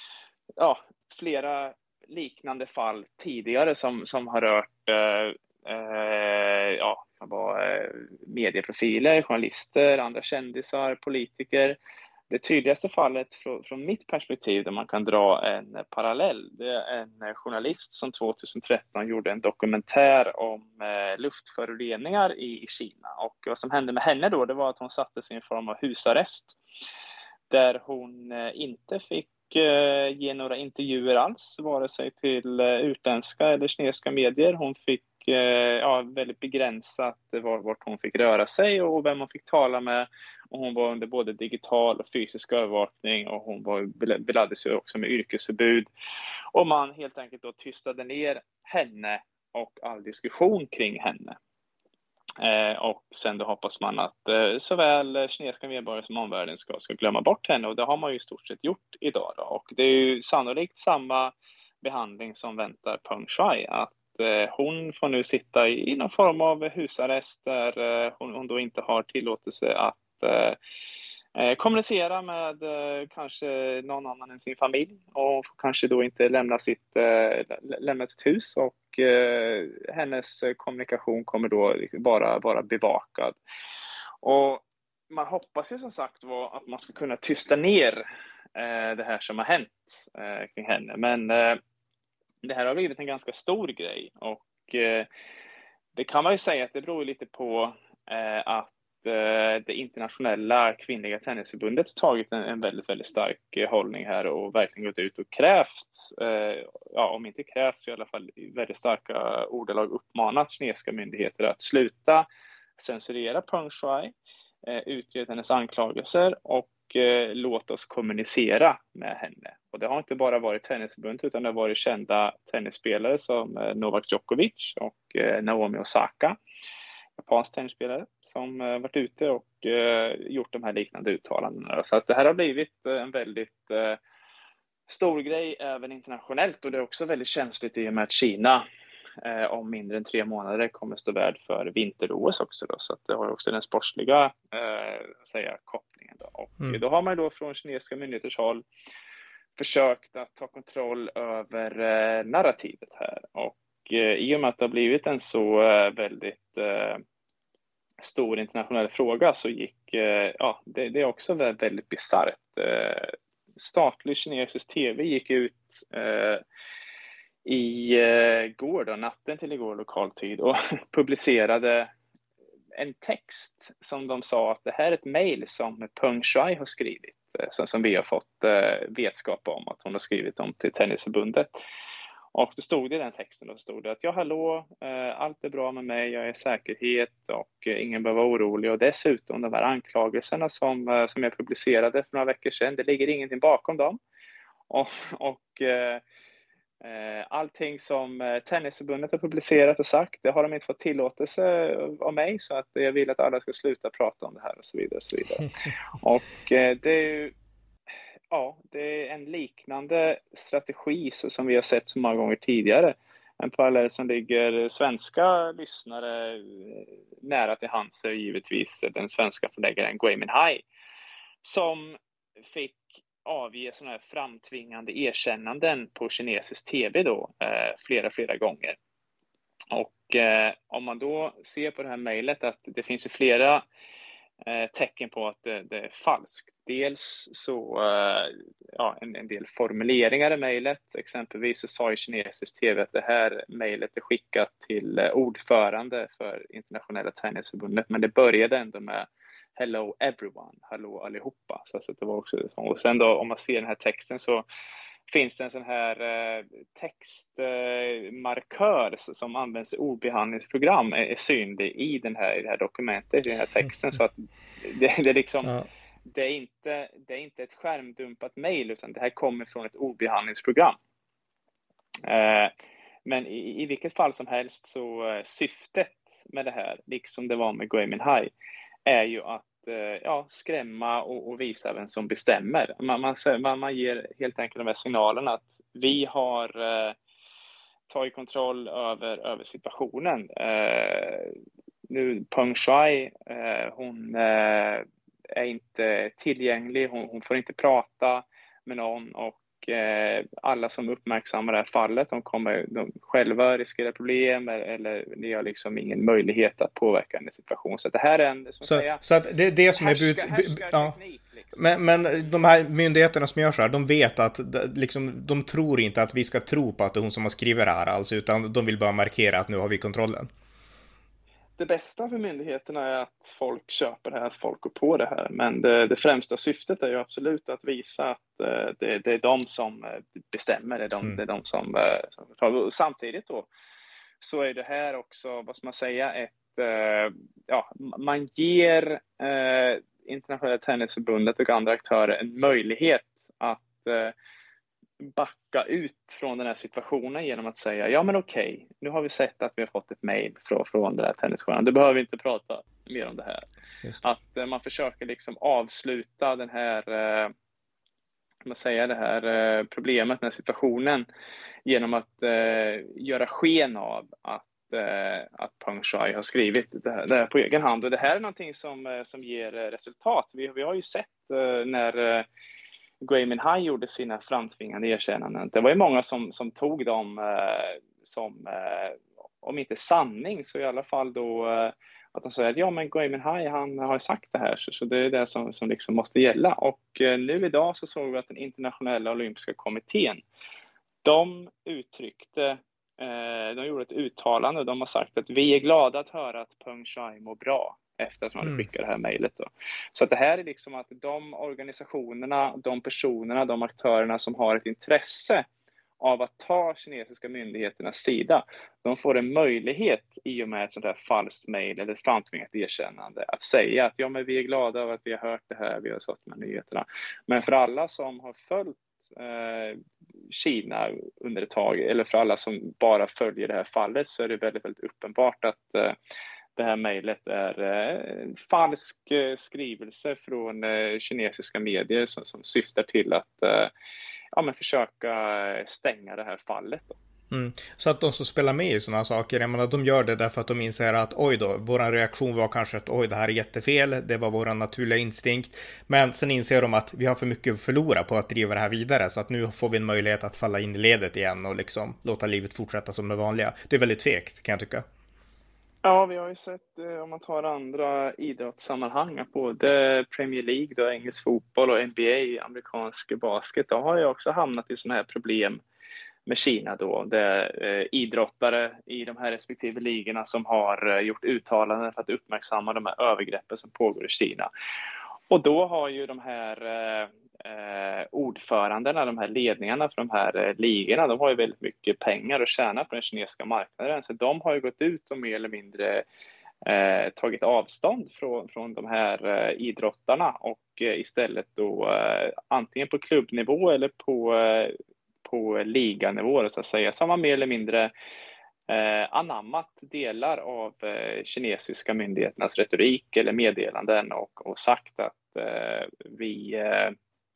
ja, flera liknande fall tidigare som, som har rört eh, eh, ja, kan vara eh, medieprofiler, journalister, andra kändisar, politiker. Det tydligaste fallet från, från mitt perspektiv där man kan dra en parallell, det är en journalist som tjugohundratretton gjorde en dokumentär om eh, luftföroreningar i, i Kina. Och vad som hände med henne då, det var att hon sattes i en form av husarrest där hon eh, inte fick ge några intervjuer alls, vare sig till utländska eller kinesiska medier. Hon fick ja, väldigt begränsat var, vart hon fick röra sig och vem hon fick tala med. Och hon var under både digital och fysisk övervakning, och hon var, belades ju också med yrkesförbud. Och man helt enkelt då tystade ner henne och all diskussion kring henne. Eh, och sen då hoppas man att eh, såväl kinesiska medborgare som omvärlden ska, ska glömma bort henne, och det har man ju i stort sett gjort idag då. Och det är ju sannolikt samma behandling som väntar Peng Shuai, att eh, hon får nu sitta i, i någon form av husarrest där eh, hon, hon då inte har tillåtelse att eh, eh, kommunicera med eh, kanske någon annan än sin familj, och kanske då inte lämna sitt, eh, lämna sitt hus, och eh, hennes kommunikation kommer då bara vara bevakad. Och man hoppas ju som sagt var att man ska kunna tysta ner eh, det här som har hänt eh, kring henne, men eh, det här har blivit en ganska stor grej, och eh, det kan man ju säga att det beror lite på eh, att det internationella kvinnliga tennisförbundet har tagit en, en väldigt, väldigt stark hållning här och verkligen gått ut och krävt, eh, ja, om inte krävt så i alla fall i väldigt starka ordalag uppmanat kinesiska myndigheter att sluta censurera Peng Shuai, eh, utreda hennes anklagelser och eh, låta oss kommunicera med henne. Och det har inte bara varit tennisförbundet, utan det har varit kända tennisspelare som eh, Novak Djokovic och eh, Naomi Osaka, japansk tennisspelare, som uh, varit ute och uh, gjort de här liknande uttalandena. Så att det här har blivit uh, en väldigt uh, stor grej även internationellt, och det är också väldigt känsligt i och med att Kina uh, om mindre än tre månader kommer stå värd för vinter-O S också då. Så att det har också den sportsliga uh, säga, kopplingen då. Och mm. då har man då från kinesiska myndigheters håll försökt att ta kontroll över uh, narrativet här, och i och med att det har blivit en så väldigt eh, stor internationell fråga så gick, eh, ja, det, det är också väldigt, väldigt bisarrt. Eh, statlig kinesisk tv gick ut eh, i eh, går då, natten till igår lokal tid, och publicerade en text som de sa att det här är ett mejl som Peng Shuai har skrivit, eh, som, som vi har fått eh, vetskap om att hon har skrivit om till tennisförbundet. Och det stod i den texten, och stod det att ja, hallå, eh, allt är bra med mig, jag är i säkerhet och eh, ingen behöver vara orolig. Och dessutom de här anklagelserna som, eh, som jag publicerade för några veckor sedan, det ligger ingenting bakom dem. Och, och eh, allting som eh, tennisförbundet har publicerat och sagt, det har de inte fått tillåtelse av mig, så att jag vill att alla ska sluta prata om det här och så vidare. Och, så vidare. och eh, det är ju Ja, det är en liknande strategi som vi har sett så många gånger tidigare. En parallell som ligger svenska lyssnare nära till hands är givetvis den svenska förläggaren Gui Minhai, som fick avge sådana här framtvingande erkännanden på kinesisk tv då, eh, flera, flera gånger. Och eh, om man då ser på det här mejlet att det finns ju flera eh, tecken på att det, det är falskt. Dels så, eh, ja, en, en del formuleringar i mejlet. Exempelvis så sa i kinesisk tv att det här mejlet är skickat till eh, ordförande för internationella tennisförbundet. Men det började ändå med hello everyone, hallå allihopa. Så alltså, det var också så. Och sen då om man ser den här texten så finns det en sån här eh, textmarkör eh, som används i ordbehandlingsprogram är, är synlig i, den här, i det här dokumentet, i den här texten. Så att det, det, är liksom, ja. det, är inte, det är inte ett skärmdumpat mejl, utan det här kommer från ett ordbehandlingsprogram. Eh, Men i, i vilket fall som helst så uh, syftet med det här, liksom det var med Gui Minhai, är ju att uh, ja, skrämma och, och visa vem som bestämmer. Man, man, man, man ger helt enkelt de här signalerna att vi har uh, tagit kontroll över, över situationen. Uh, nu Peng Shuai, uh, hon uh, är inte tillgänglig, hon, hon får inte prata med någon, och eh, alla som uppmärksammar det här fallet, de kommer de själva riskera problem, eller, eller de har liksom ingen möjlighet att påverka en situation. Så det här är en, som så, säga, så att det är det som härska, är bud, ja. teknik, liksom. men, men de här myndigheterna som gör så här, de vet att liksom, de tror inte att vi ska tro på att det är hon som har skrivit det här alls, utan de vill bara markera att nu har vi kontrollen. Det bästa för myndigheterna är att folk köper det här, att folk går på det här. Men det, det främsta syftet är ju absolut att visa att uh, det, det är de som bestämmer, det är de, mm. det är de som, uh, som... Samtidigt då så är det här också, vad ska man säga, ett, uh, ja, man ger uh, Internationella Tennisförbundet och andra aktörer en möjlighet att uh, backa ut från den här situationen genom att säga, ja men okej, nu har vi sett att vi har fått ett mejl från, från den här tennisstjärnan, då behöver vi inte prata mer om det här. Det. Att eh, man försöker liksom avsluta den här, eh, man säger det här eh, problemet, den här situationen, genom att eh, göra sken av att, eh, att Peng Shuai har skrivit det här, det här på egen hand. Och det här är någonting som, eh, som ger resultat. Vi, vi har ju sett eh, när eh, Gui Minhai gjorde sina framtvingande erkännanden. Det var ju många som, som tog dem eh, som, eh, om inte sanning, så i alla fall då eh, att de säger att ja, men Gui Minhai, han har sagt det här, så, så det är det som, som liksom måste gälla. Och eh, nu idag så såg vi att den internationella olympiska kommittén, de uttryckte, eh, de gjorde ett uttalande och de har sagt att vi är glada att höra att Peng Shuai mår bra efter att man hade skickat det här mejlet då. Så att det här är liksom att de organisationerna, de personerna, de aktörerna som har ett intresse av att ta kinesiska myndigheternas sida, de får en möjlighet i och med ett sånt här falskt mejl eller framtvingat erkännande att säga att ja, men vi är glada över att vi har hört det här, vi har sett de här nyheterna. Men för alla som har följt eh, Kina under ett tag, eller för alla som bara följer det här fallet, så är det väldigt, väldigt uppenbart att eh, det här mejlet är en falsk skrivelse från kinesiska medier som, som syftar till att ja, men försöka stänga det här fallet då. Mm. Så att de som spelar med i sådana saker, jag menar, de gör det därför att de inser att oj då, våran reaktion var kanske att oj, det här är jättefel, det var våran naturliga instinkt, men sen inser de att vi har för mycket att förlora på att driva det här vidare, så att nu får vi en möjlighet att falla in i ledet igen och liksom låta livet fortsätta som det vanliga. Det är väldigt fegt, kan jag tycka. Ja, vi har ju sett, om man tar andra idrottssammanhang, både Premier League, då, engelsk fotboll, och N B A, amerikansk basket, då har ju också hamnat i sådana här problem med Kina då, där eh, idrottare i de här respektive ligorna som har eh, gjort uttalanden för att uppmärksamma de här övergreppen som pågår i Kina. Och då har ju de här eh, eh, ordförandena, de här ledningarna för de här eh, ligorna, de har ju väldigt mycket pengar att tjäna på den kinesiska marknaden. Så de har ju gått ut och mer eller mindre eh, tagit avstånd från, från de här eh, idrottarna och eh, istället då eh, antingen på klubbnivå eller på, eh, på liganivå så att säga, så har man mer eller mindre Eh, anammat delar av eh, kinesiska myndigheternas retorik eller meddelanden och, och sagt att eh, vi, eh,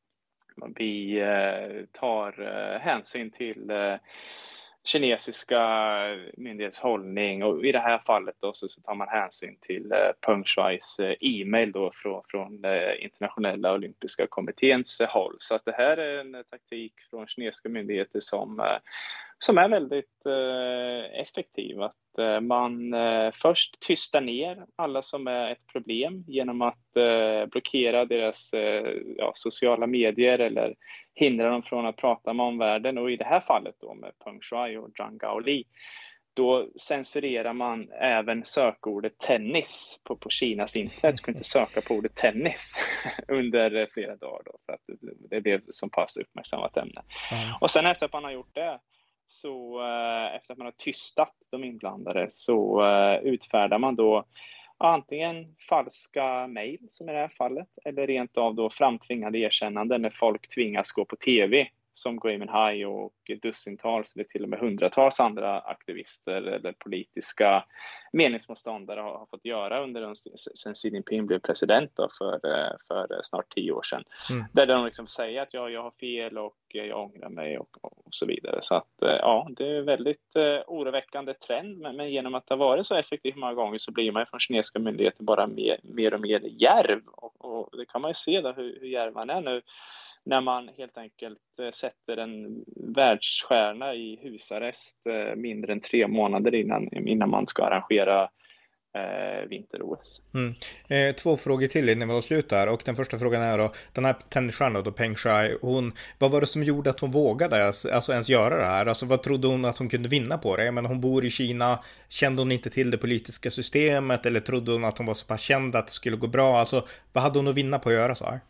vi eh, tar eh, hänsyn till eh, kinesiska myndighetshållning, och i det här fallet då så, så tar man hänsyn till eh, Peng Shuais eh, e-mail då från, från eh, internationella olympiska kommitténs eh, håll. Så att det här är en taktik från kinesiska myndigheter som eh, som är väldigt eh, effektiv. Att eh, man eh, först tystar ner alla som är ett problem genom att eh, blockera deras eh, ja, sociala medier eller hindra dem från att prata med omvärlden. Och i det här fallet då med Peng Shuai och Zhang Gaoli, då censurerar man även sökordet tennis på, på Kinas internet. Du kunde inte söka på ordet tennis under flera dagar då, för att det, det blev så pass uppmärksammat ämne. Mm. Och sen efter att man har gjort det, så eh, efter att man har tystat de inblandade, så eh, utfärdar man då antingen falska mejl som i det här fallet, eller rent av då framtvingade erkännanden när folk tvingas gå på tv som Gui Minhai och dussintals eller till och med hundratals andra aktivister eller politiska meningsmotståndare har, har fått göra under den, sen Xi Jinping blev president då för, för snart tio år sedan. Mm. Där de liksom säger att jag, jag har fel och jag ångrar mig och, och så vidare. Så att ja, det är väldigt uh, oroväckande trend, men, men genom att det har varit så effektivt många gånger så blir man från kinesiska myndigheter bara mer, mer och mer järv, och, och det kan man ju se då hur, hur järv man är nu när man helt enkelt sätter en världsstjärna i husarrest mindre än tre månader innan, innan man ska arrangera eh, vinter-O S. Mm. Eh, två frågor till innan vi avslutar, och den första frågan är då, den här tennisstjärnan då, Peng Shuai, hon, vad var det som gjorde att hon vågade alltså ens göra det här? Alltså vad trodde hon att hon kunde vinna på det? Jag menar, hon bor i Kina, kände hon inte till det politiska systemet, eller trodde hon att hon var så pass känd att det skulle gå bra? Alltså vad hade hon att vinna på att göra så här?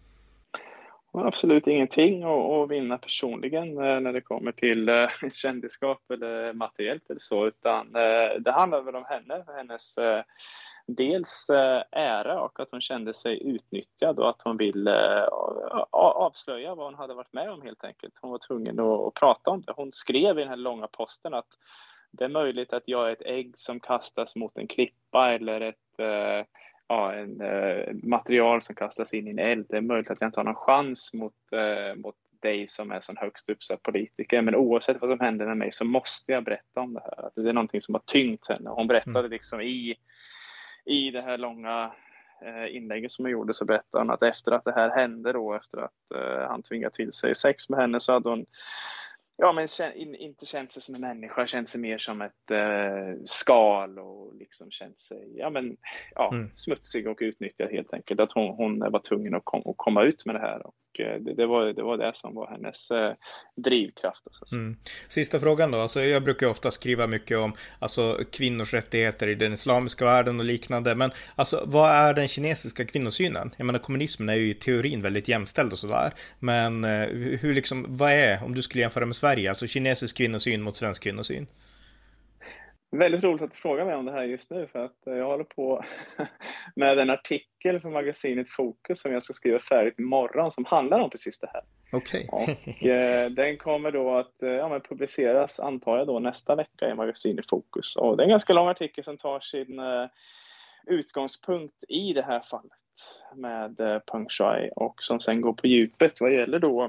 Absolut ingenting att vinna personligen när det kommer till kändisskap eller materiellt eller så, utan det handlar väl om henne, hennes dels ära och att hon kände sig utnyttjad och att hon ville avslöja vad hon hade varit med om helt enkelt. Hon var tvungen att prata om det. Hon skrev i den här långa posten att det är möjligt att jag är ett ägg som kastas mot en klippa eller ett Ja, en eh, material som kastas in i en eld. Det är möjligt att jag inte har någon chans mot, eh, mot dig som är sån högst uppsatt politiker. Men oavsett vad som händer med mig så måste jag berätta om det här. Att det är någonting som har tyngt henne. Hon berättade mm. liksom i, i det här långa eh, inlägget som hon gjorde, så berättade hon att efter att det här hände då, efter att eh, han tvingade till sig sex med henne, så hade hon Ja, men in, inte känt sig som en människa, känt sig mer som ett eh, skal och liksom känt sig ja, men, ja, mm. smutsig och utnyttjad helt enkelt. Att hon, hon var tvungen att, kom, att komma ut med det här, och eh, det, det, var, det var det som var hennes eh, drivkraft. Alltså. Mm. Sista frågan då, alltså, jag brukar ofta skriva mycket om alltså, kvinnors rättigheter i den islamiska världen och liknande, men alltså, vad är den kinesiska kvinnosynen? Jag menar, kommunismen är ju i teorin väldigt jämställd och sådär, men eh, hur liksom, vad är, om du skulle jämföra med Sverige, alltså kinesisk kvinnosyn mot svensk kvinnosyn? Väldigt roligt att du frågar mig om det här just nu, för att jag håller på med en artikel för magasinet Fokus som jag ska skriva färdigt imorgon som handlar om precis det här. Okej. Okay. Och eh, den kommer då att ja, men publiceras, antar jag då, nästa vecka i magasinet Fokus. Och det är en ganska lång artikel som tar sin eh, utgångspunkt i det här fallet med eh, Peng Shuai, och som sen går på djupet vad gäller då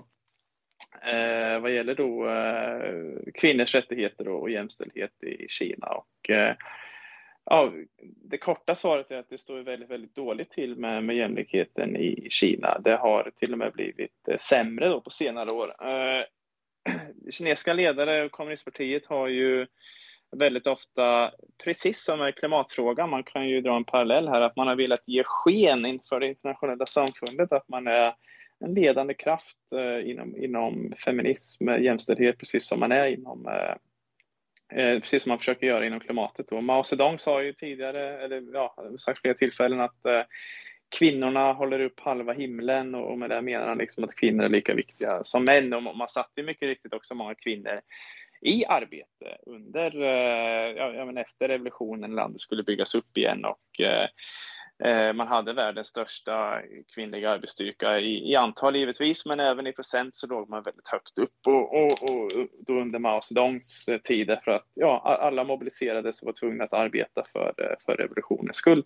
Eh, vad gäller då eh, kvinnors rättigheter och jämställdhet i Kina. Och eh, ja, det korta svaret är att det står väldigt, väldigt dåligt till med, med jämlikheten i Kina. Det har till och med blivit eh, sämre då på senare år. Eh, kinesiska ledare och kommunistpartiet har ju väldigt ofta, precis som med klimatfrågan, man kan ju dra en parallell här, att man har velat ge sken inför det internationella samfundet att man är en ledande kraft eh, inom, inom feminism, jämställdhet, precis som man är inom eh, precis som man försöker göra inom klimatet. Och Mao Zedong sa ju tidigare, eller ja, sagt flera tillfällen, att eh, kvinnorna håller upp halva himlen, och, och med det menar han liksom att kvinnor är lika viktiga som män, och man satte ju mycket riktigt också många kvinnor i arbete under, eh, ja, ja, men efter revolutionen, landet skulle byggas upp igen, och eh, man hade världens största kvinnliga arbetsstyrka i, i antal givetvis, men även i procent så låg man väldigt högt upp, och, och, och då under Mao Zedongs tid, för att ja, alla mobiliserades och var tvungna att arbeta för, för revolutionens skull.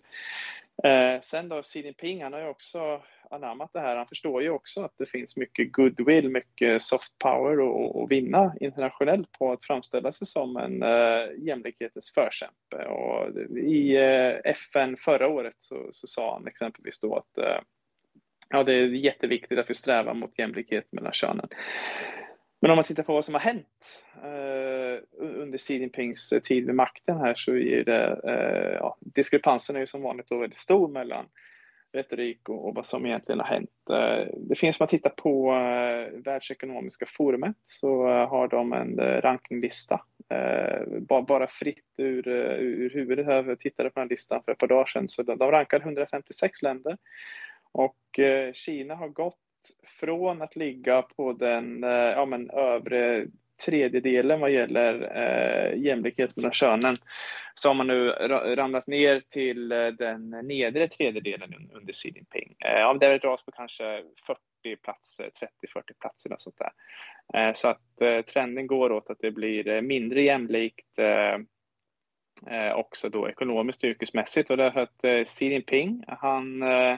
Eh, sen då Xi Jinping, han har ju också anammat det här. Han förstår ju också att det finns mycket goodwill, mycket soft power att vinna internationellt på att framställa sig som en eh, jämlikhetens förkämpe. Och i eh, F N förra året så, så sa han exempelvis då att eh, ja, det är jätteviktigt att vi strävar mot jämlikhet mellan könen. Men om man tittar på vad som har hänt eh, under Xi Jinpings tid vid makten här, så är det, eh, ja, diskrepansen är ju som vanligt då väldigt stor mellan retorik och, och vad som egentligen har hänt. Eh, det finns, om man tittar på eh, världsekonomiska forumet, så eh, har de en eh, rankinglista. Eh, bara, bara fritt ur, uh, ur huvudet här, jag tittade på den listan för ett par dagar sedan, så de, de rankar hundrafemtiosex länder. Och eh, Kina har gått från att ligga på den ja, men, övre tredjedelen vad gäller eh, jämlikhet mellan könen. Så har man nu ramlat ner till eh, den nedre tredjedelen under Xi Jinping. Eh, av det dras på kanske fyrtio platser, trettio till fyrtio platser och sånt där. Eh, så att eh, trenden går åt att det blir mindre jämlikt eh, eh, också då ekonomiskt och yrkesmässigt. Och därför att eh, Xi Jinping, han eh,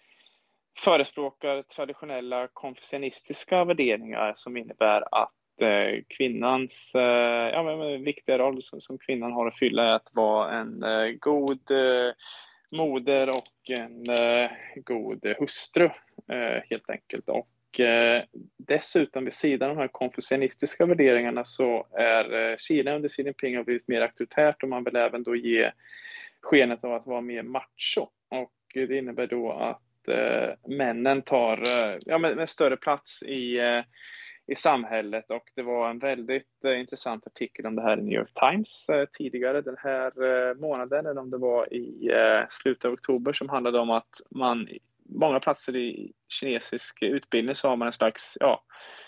förespråkar traditionella konfucianistiska värderingar som innebär att eh, kvinnans eh, ja, men, viktiga roll som, som kvinnan har att fylla är att vara en eh, god eh, moder och en eh, god hustru eh, helt enkelt. Och eh, dessutom vid sidan av de här konfucianistiska värderingarna så är eh, Kina under Xi Jinping har blivit mer auktoritärt och man vill även då ge skenet av att vara mer macho. Och det innebär då att Eh, männen tar eh, ja, med, med större plats i, eh, i samhället, och det var en väldigt eh, intressant artikel om det här i New York Times eh, tidigare den här eh, månaden, eller om det var i eh, slutet av oktober, som handlade om att man många platser i kinesisk utbildning så har man en slags ja,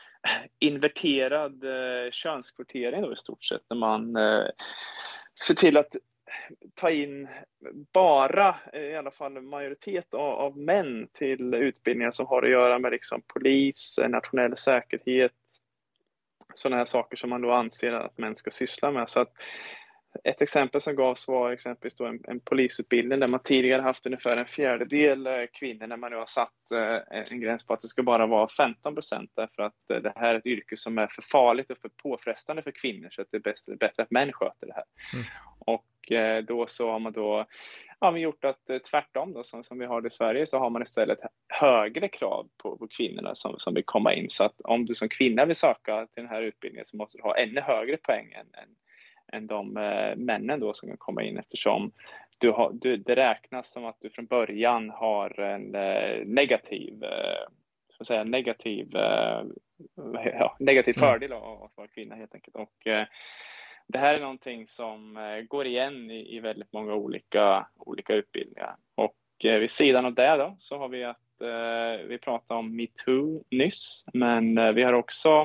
inverterad eh, könskvotering då i stort sett, när man eh, ser till att ta in bara i alla fall en majoritet av, av män till utbildningar som har att göra med liksom polis, nationell säkerhet, sådana här saker som man då anser att män ska syssla med. Så att ett exempel som gavs var exempelvis då en, en polisutbildning där man tidigare haft ungefär en fjärdedel kvinnor, när man nu har satt eh, en gräns på att det ska bara vara femton procent, därför att eh, det här är ett yrke som är för farligt och för påfrestande för kvinnor, så att det är bäst, bättre att män sköter det här. Mm. Och eh, då så har man då ja, vi gjort att eh, tvärtom då, som, som vi har det i Sverige, så har man istället högre krav på, på kvinnorna som, som vill komma in. Så att om du som kvinna vill söka till den här utbildningen så måste du ha ännu högre poäng än, än än de eh, männen då som kan komma in, eftersom du har, du, det räknas som att du från början har en eh, negativ, eh, så att säga, negativ, eh, ja, negativ fördel av att vara kvinna helt enkelt. Och eh, det här är någonting som eh, går igen i, i väldigt många olika, olika utbildningar. Och eh, vid sidan av det då så har vi att eh, vi pratade om MeToo nyss, men eh, vi har också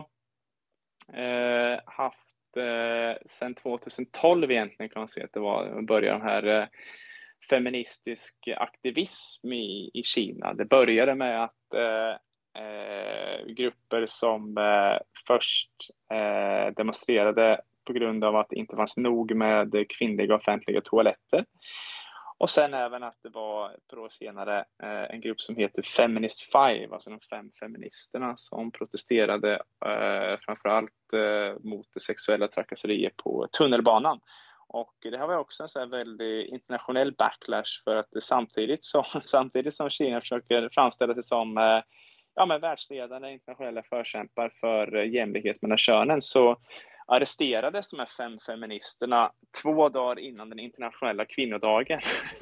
eh, haft sen tjugohundratolv egentligen kan man se att det var började de här eh, feministisk aktivism i, i Kina. Det började med att eh, eh, grupper som eh, först eh, demonstrerade på grund av att det inte fanns nog med kvinnliga offentliga toaletter. Och sen även att det var ett par år senare eh, en grupp som heter Feminist Five, alltså de fem feministerna som protesterade eh, framförallt eh, mot det sexuella trakasserier på tunnelbanan. Och det här var också en så här väldigt internationell backlash, för att det samtidigt, som, samtidigt som Kina försöker framställa sig som eh, ja, men världsledande internationella förkämpar för eh, jämlikhet mellan könen, så arresterades de här fem feministerna två dagar innan den internationella kvinnodagen.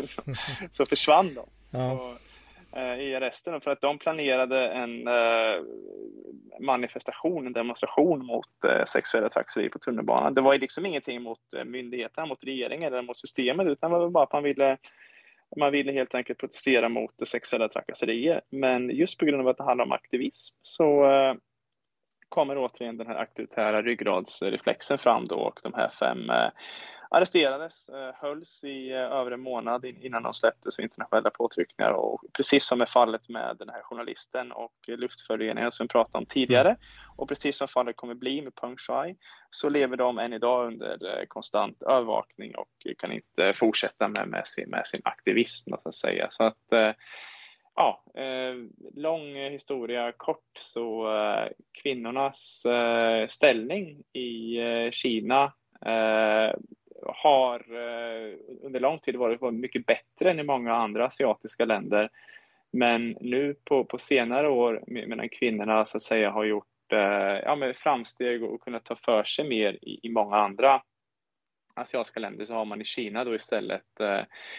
Så försvann de ja. och, eh, i arresten för att de planerade en eh, manifestation, en demonstration mot eh, sexuella trakasserier på tunnelbanan. Det var liksom ingenting mot eh, myndigheterna, mot regeringen eller mot systemet, utan det var bara att man ville Man ville helt enkelt protestera mot sexuella trakasserier. Men just på grund av att det handlar om aktivism så eh, kommer återigen den här auktoritära ryggradsreflexen fram då, och de här fem eh, arresterades, eh, hölls i eh, över en månad innan de släpptes av internationella påtryckningar, och precis som är fallet med den här journalisten och luftföroreningar som vi pratade om tidigare, mm. och precis som fallet kommer bli med Peng Shuai, så lever de än idag under eh, konstant övervakning och kan inte fortsätta med, med, sin, med sin aktivism, så att säga. Så att eh, Ja, eh, lång historia kort, så eh, kvinnornas eh, ställning i eh, Kina eh, har eh, under lång tid varit mycket bättre än i många andra asiatiska länder. Men nu på, på senare år, medan kvinnorna så att säga har gjort eh, ja, med framsteg och kunnat ta för sig mer i, i många andra asiatiska länder, så har man i Kina då istället eh,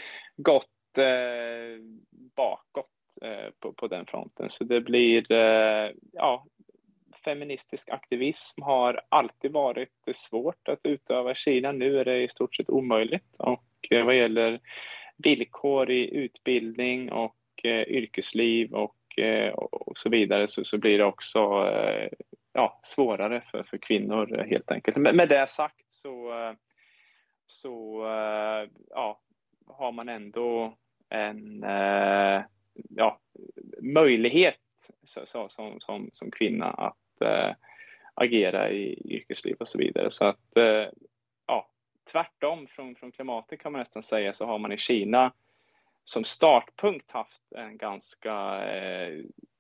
gått eh, bakåt. På, på den fronten. Så det blir eh, ja, feministisk aktivism har alltid varit svårt att utöva i Kina. Nu är det i stort sett omöjligt, och eh, vad gäller villkor i utbildning och eh, yrkesliv och, eh, och så vidare, så, så blir det också eh, ja, svårare för, för kvinnor helt enkelt. Med, med det sagt så, så ja, har man ändå en ja, möjlighet så, så, som, som, som kvinna att äh, agera i yrkesliv och så vidare. Så att äh, ja, tvärtom från, från klimatet kan man nästan säga, så har man i Kina som startpunkt haft en ganska äh,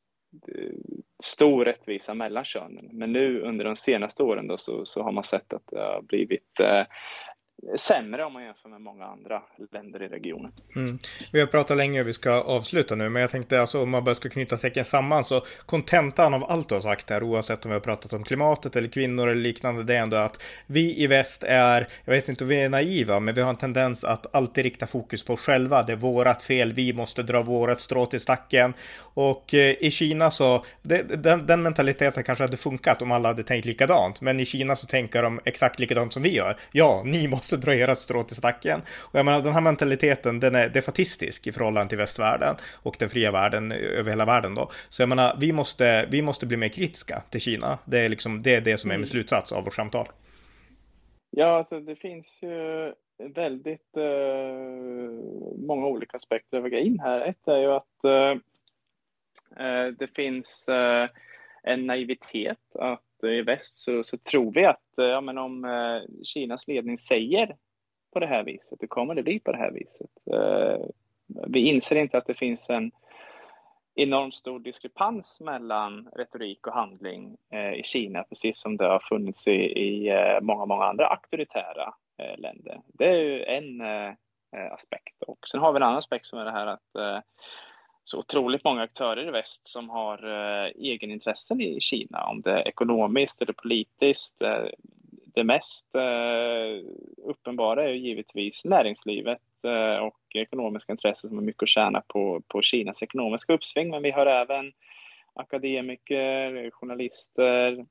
stor rättvisa mellan könen. Men nu under de senaste åren då, så, så har man sett att det har blivit äh, sämre om man jämför med många andra länder i regionen. Mm. Vi har pratat länge och vi ska avsluta nu, men jag tänkte alltså om man bara ska knyta säcken samman, så kontentan av allt du har sagt här, oavsett om vi har pratat om klimatet eller kvinnor eller liknande, det är ändå att vi i väst är, jag vet inte om vi är naiva, men vi har en tendens att alltid rikta fokus på oss själva. Det är vårat fel, vi måste dra vårat strå till stacken. Och eh, i Kina så, det, den, den mentaliteten kanske hade funkat om alla hade tänkt likadant, men i Kina så tänker de exakt likadant som vi gör. Ja, ni måste dra era strå till stacken. Och jag menar, den här mentaliteten, den är defatistisk i förhållande till västvärlden och den fria världen över hela världen då. Så jag menar, vi måste, vi måste bli mer kritiska till Kina. Det är liksom, det är det som är min slutsats av vårt samtal. Ja, alltså det finns ju väldigt uh, många olika aspekter att väga in här. Ett är ju att uh, det finns uh, en naivitet att i väst så, så tror vi att ja, men om uh, Kinas ledning säger på det här viset, det kommer det bli på det här viset. Uh, vi inser inte att det finns en enormt stor diskrepans mellan retorik och handling uh, i Kina, precis som det har funnits i, i uh, många, många andra auktoritära uh, länder. Det är ju en uh, aspekt. Och sen har vi en annan aspekt som är det här att uh, så otroligt många aktörer i väst som har uh, egenintressen i Kina, om det är ekonomiskt eller politiskt. Uh, det mest uh, uppenbara är ju givetvis näringslivet uh, och ekonomiska intressen som har mycket att tjäna på, på Kinas ekonomiska uppsving. Men vi har även akademiker, journalister,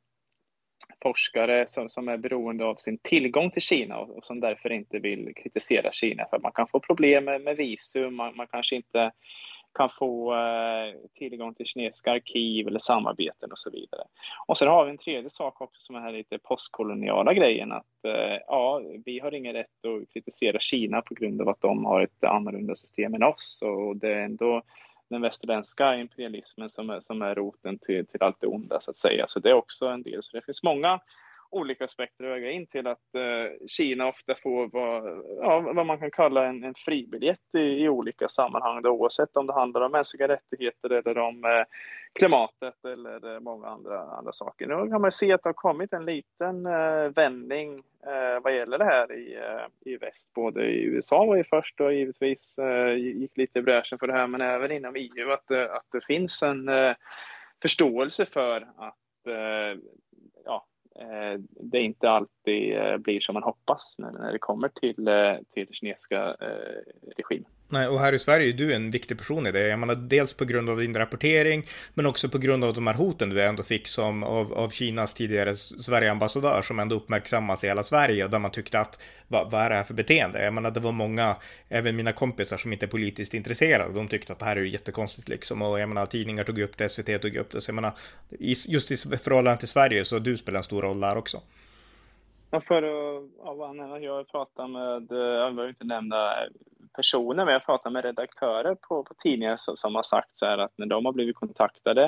forskare som, som är beroende av sin tillgång till Kina och, och som därför inte vill kritisera Kina för att man kan få problem med, med visum, man, man kanske inte kan få eh, tillgång till kinesiska arkiv eller samarbeten och så vidare. Och sen har vi en tredje sak också som är här lite postkoloniala grejen, att eh, ja, vi har ingen rätt att kritisera Kina på grund av att de har ett annorlunda system än oss, och det är ändå den västerländska imperialismen som är, som är roten till, till allt det onda så att säga. Så det är också en del, så det finns många olika aspekter att väga in till att eh, Kina ofta får vad, ja, vad man kan kalla en, en fribiljett i, i olika sammanhang då, oavsett om det handlar om mänskliga rättigheter eller om eh, klimatet eller eh, många andra, andra saker. Nu kan man se att det har kommit en liten eh, vändning eh, vad gäller det här i, eh, i väst. Både i U S A var ju först och givetvis eh, gick lite i bräschen för det här, men även inom E U att, att det finns en eh, förståelse för att eh, ja, det inte alltid blir som man hoppas när det kommer till, till kinesiska regimen. Nej, och här i Sverige är du en viktig person i det. Jag menar, dels på grund av din rapportering, men också på grund av de här hoten du ändå fick som av, av Kinas tidigare Sverigeambassadör som ändå uppmärksammas i hela Sverige, och där man tyckte att vad, vad är det här för beteende? Jag menar, det var många, även mina kompisar som inte är politiskt intresserade, de tyckte att det här är ju jättekonstigt liksom, och jag menar, tidningar tog upp det, S V T tog upp det, så jag menar, just i förhållande till Sverige så du spelar en stor roll där också. Ja, för att ja, jag pratar med, jag vill inte nämna personer, men jag pratar med redaktörer på, på tidningar som, som har sagt så här att när de har blivit kontaktade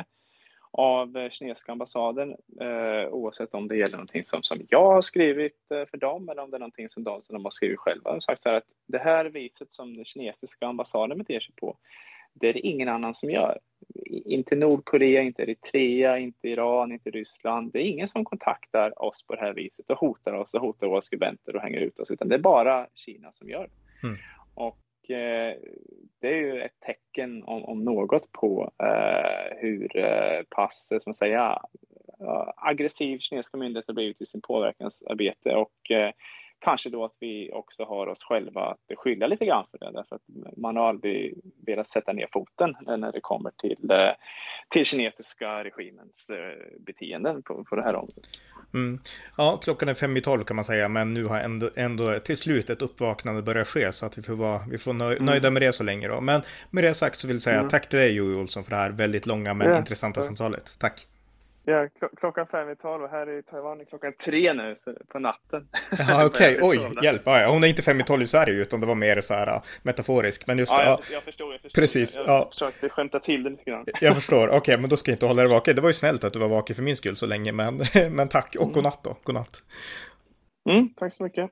av kinesiska ambassaden, eh, oavsett om det gäller någonting som, som jag har skrivit eh, för dem eller om det är någonting som de, som de har skrivit själva, har sagt så här att det här viset som den kinesiska ambassaden beter sig på, det är det ingen annan som gör. Inte Nordkorea, inte Eritrea, inte Iran, inte Ryssland. Det är ingen som kontaktar oss på det här viset och hotar oss och hotar våra skribenter och hänger ut oss, utan det är bara Kina som gör det. Mm. Och eh, det är ju ett tecken om, om något på eh, hur eh, pass, som man säger, uh, aggressiv kinesiska myndigheter har blivit i sin påverkansarbete, och eh, kanske då att vi också har oss själva att skylla lite grann för det, därför att man har aldrig velat sätta ner foten när det kommer till, till kinesiska regimens beteenden på, på det här området. Mm. Ja, klockan är fem i tolv kan man säga, men nu har ändå, ändå till slut ett uppvaknande börjat ske, så att vi får vara vi får nöj, mm. nöjda med det så länge då. Men med det sagt så vill jag säga mm. tack till dig, Joey Olsson, för det här väldigt långa men ja. intressanta ja. samtalet. Tack. Ja, kl- klockan fem i tolv och här i Taiwan är klockan tre nu så, på natten. Ja, okej. Okay. Oj, hjälp. Ja, hon är inte fem i tolv i Sverige utan det var mer så här metaforisk. Men just ja, det. Jag, jag förstår, jag förstår. Precis. Jag, jag ja. försökte skämta till det lite grann. Jag förstår. Okej, okay, men då ska jag inte hålla dig vaken. Det var ju snällt att du var vaken för min skull så länge. Men, men tack. Och godnatt då. Godnatt. Mm, tack så mycket.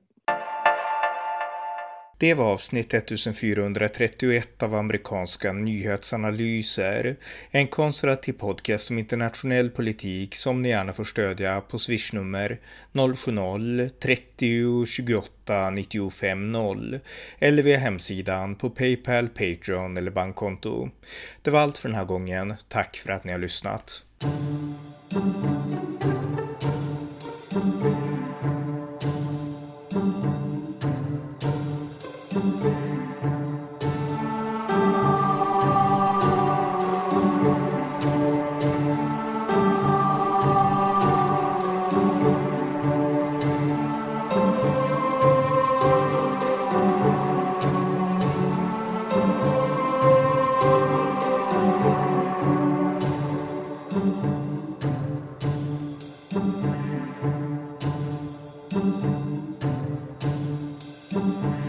Det var avsnitt fjortonhundratrettioett av amerikanska nyhetsanalyser. En konservativ podcast om internationell politik som ni gärna får stödja på swishnummer noll sju noll trettio tjugoåtta nittiofem noll eller via hemsidan på PayPal, Patreon eller bankkonto. Det var allt för den här gången. Tack för att ni har lyssnat. Thank you.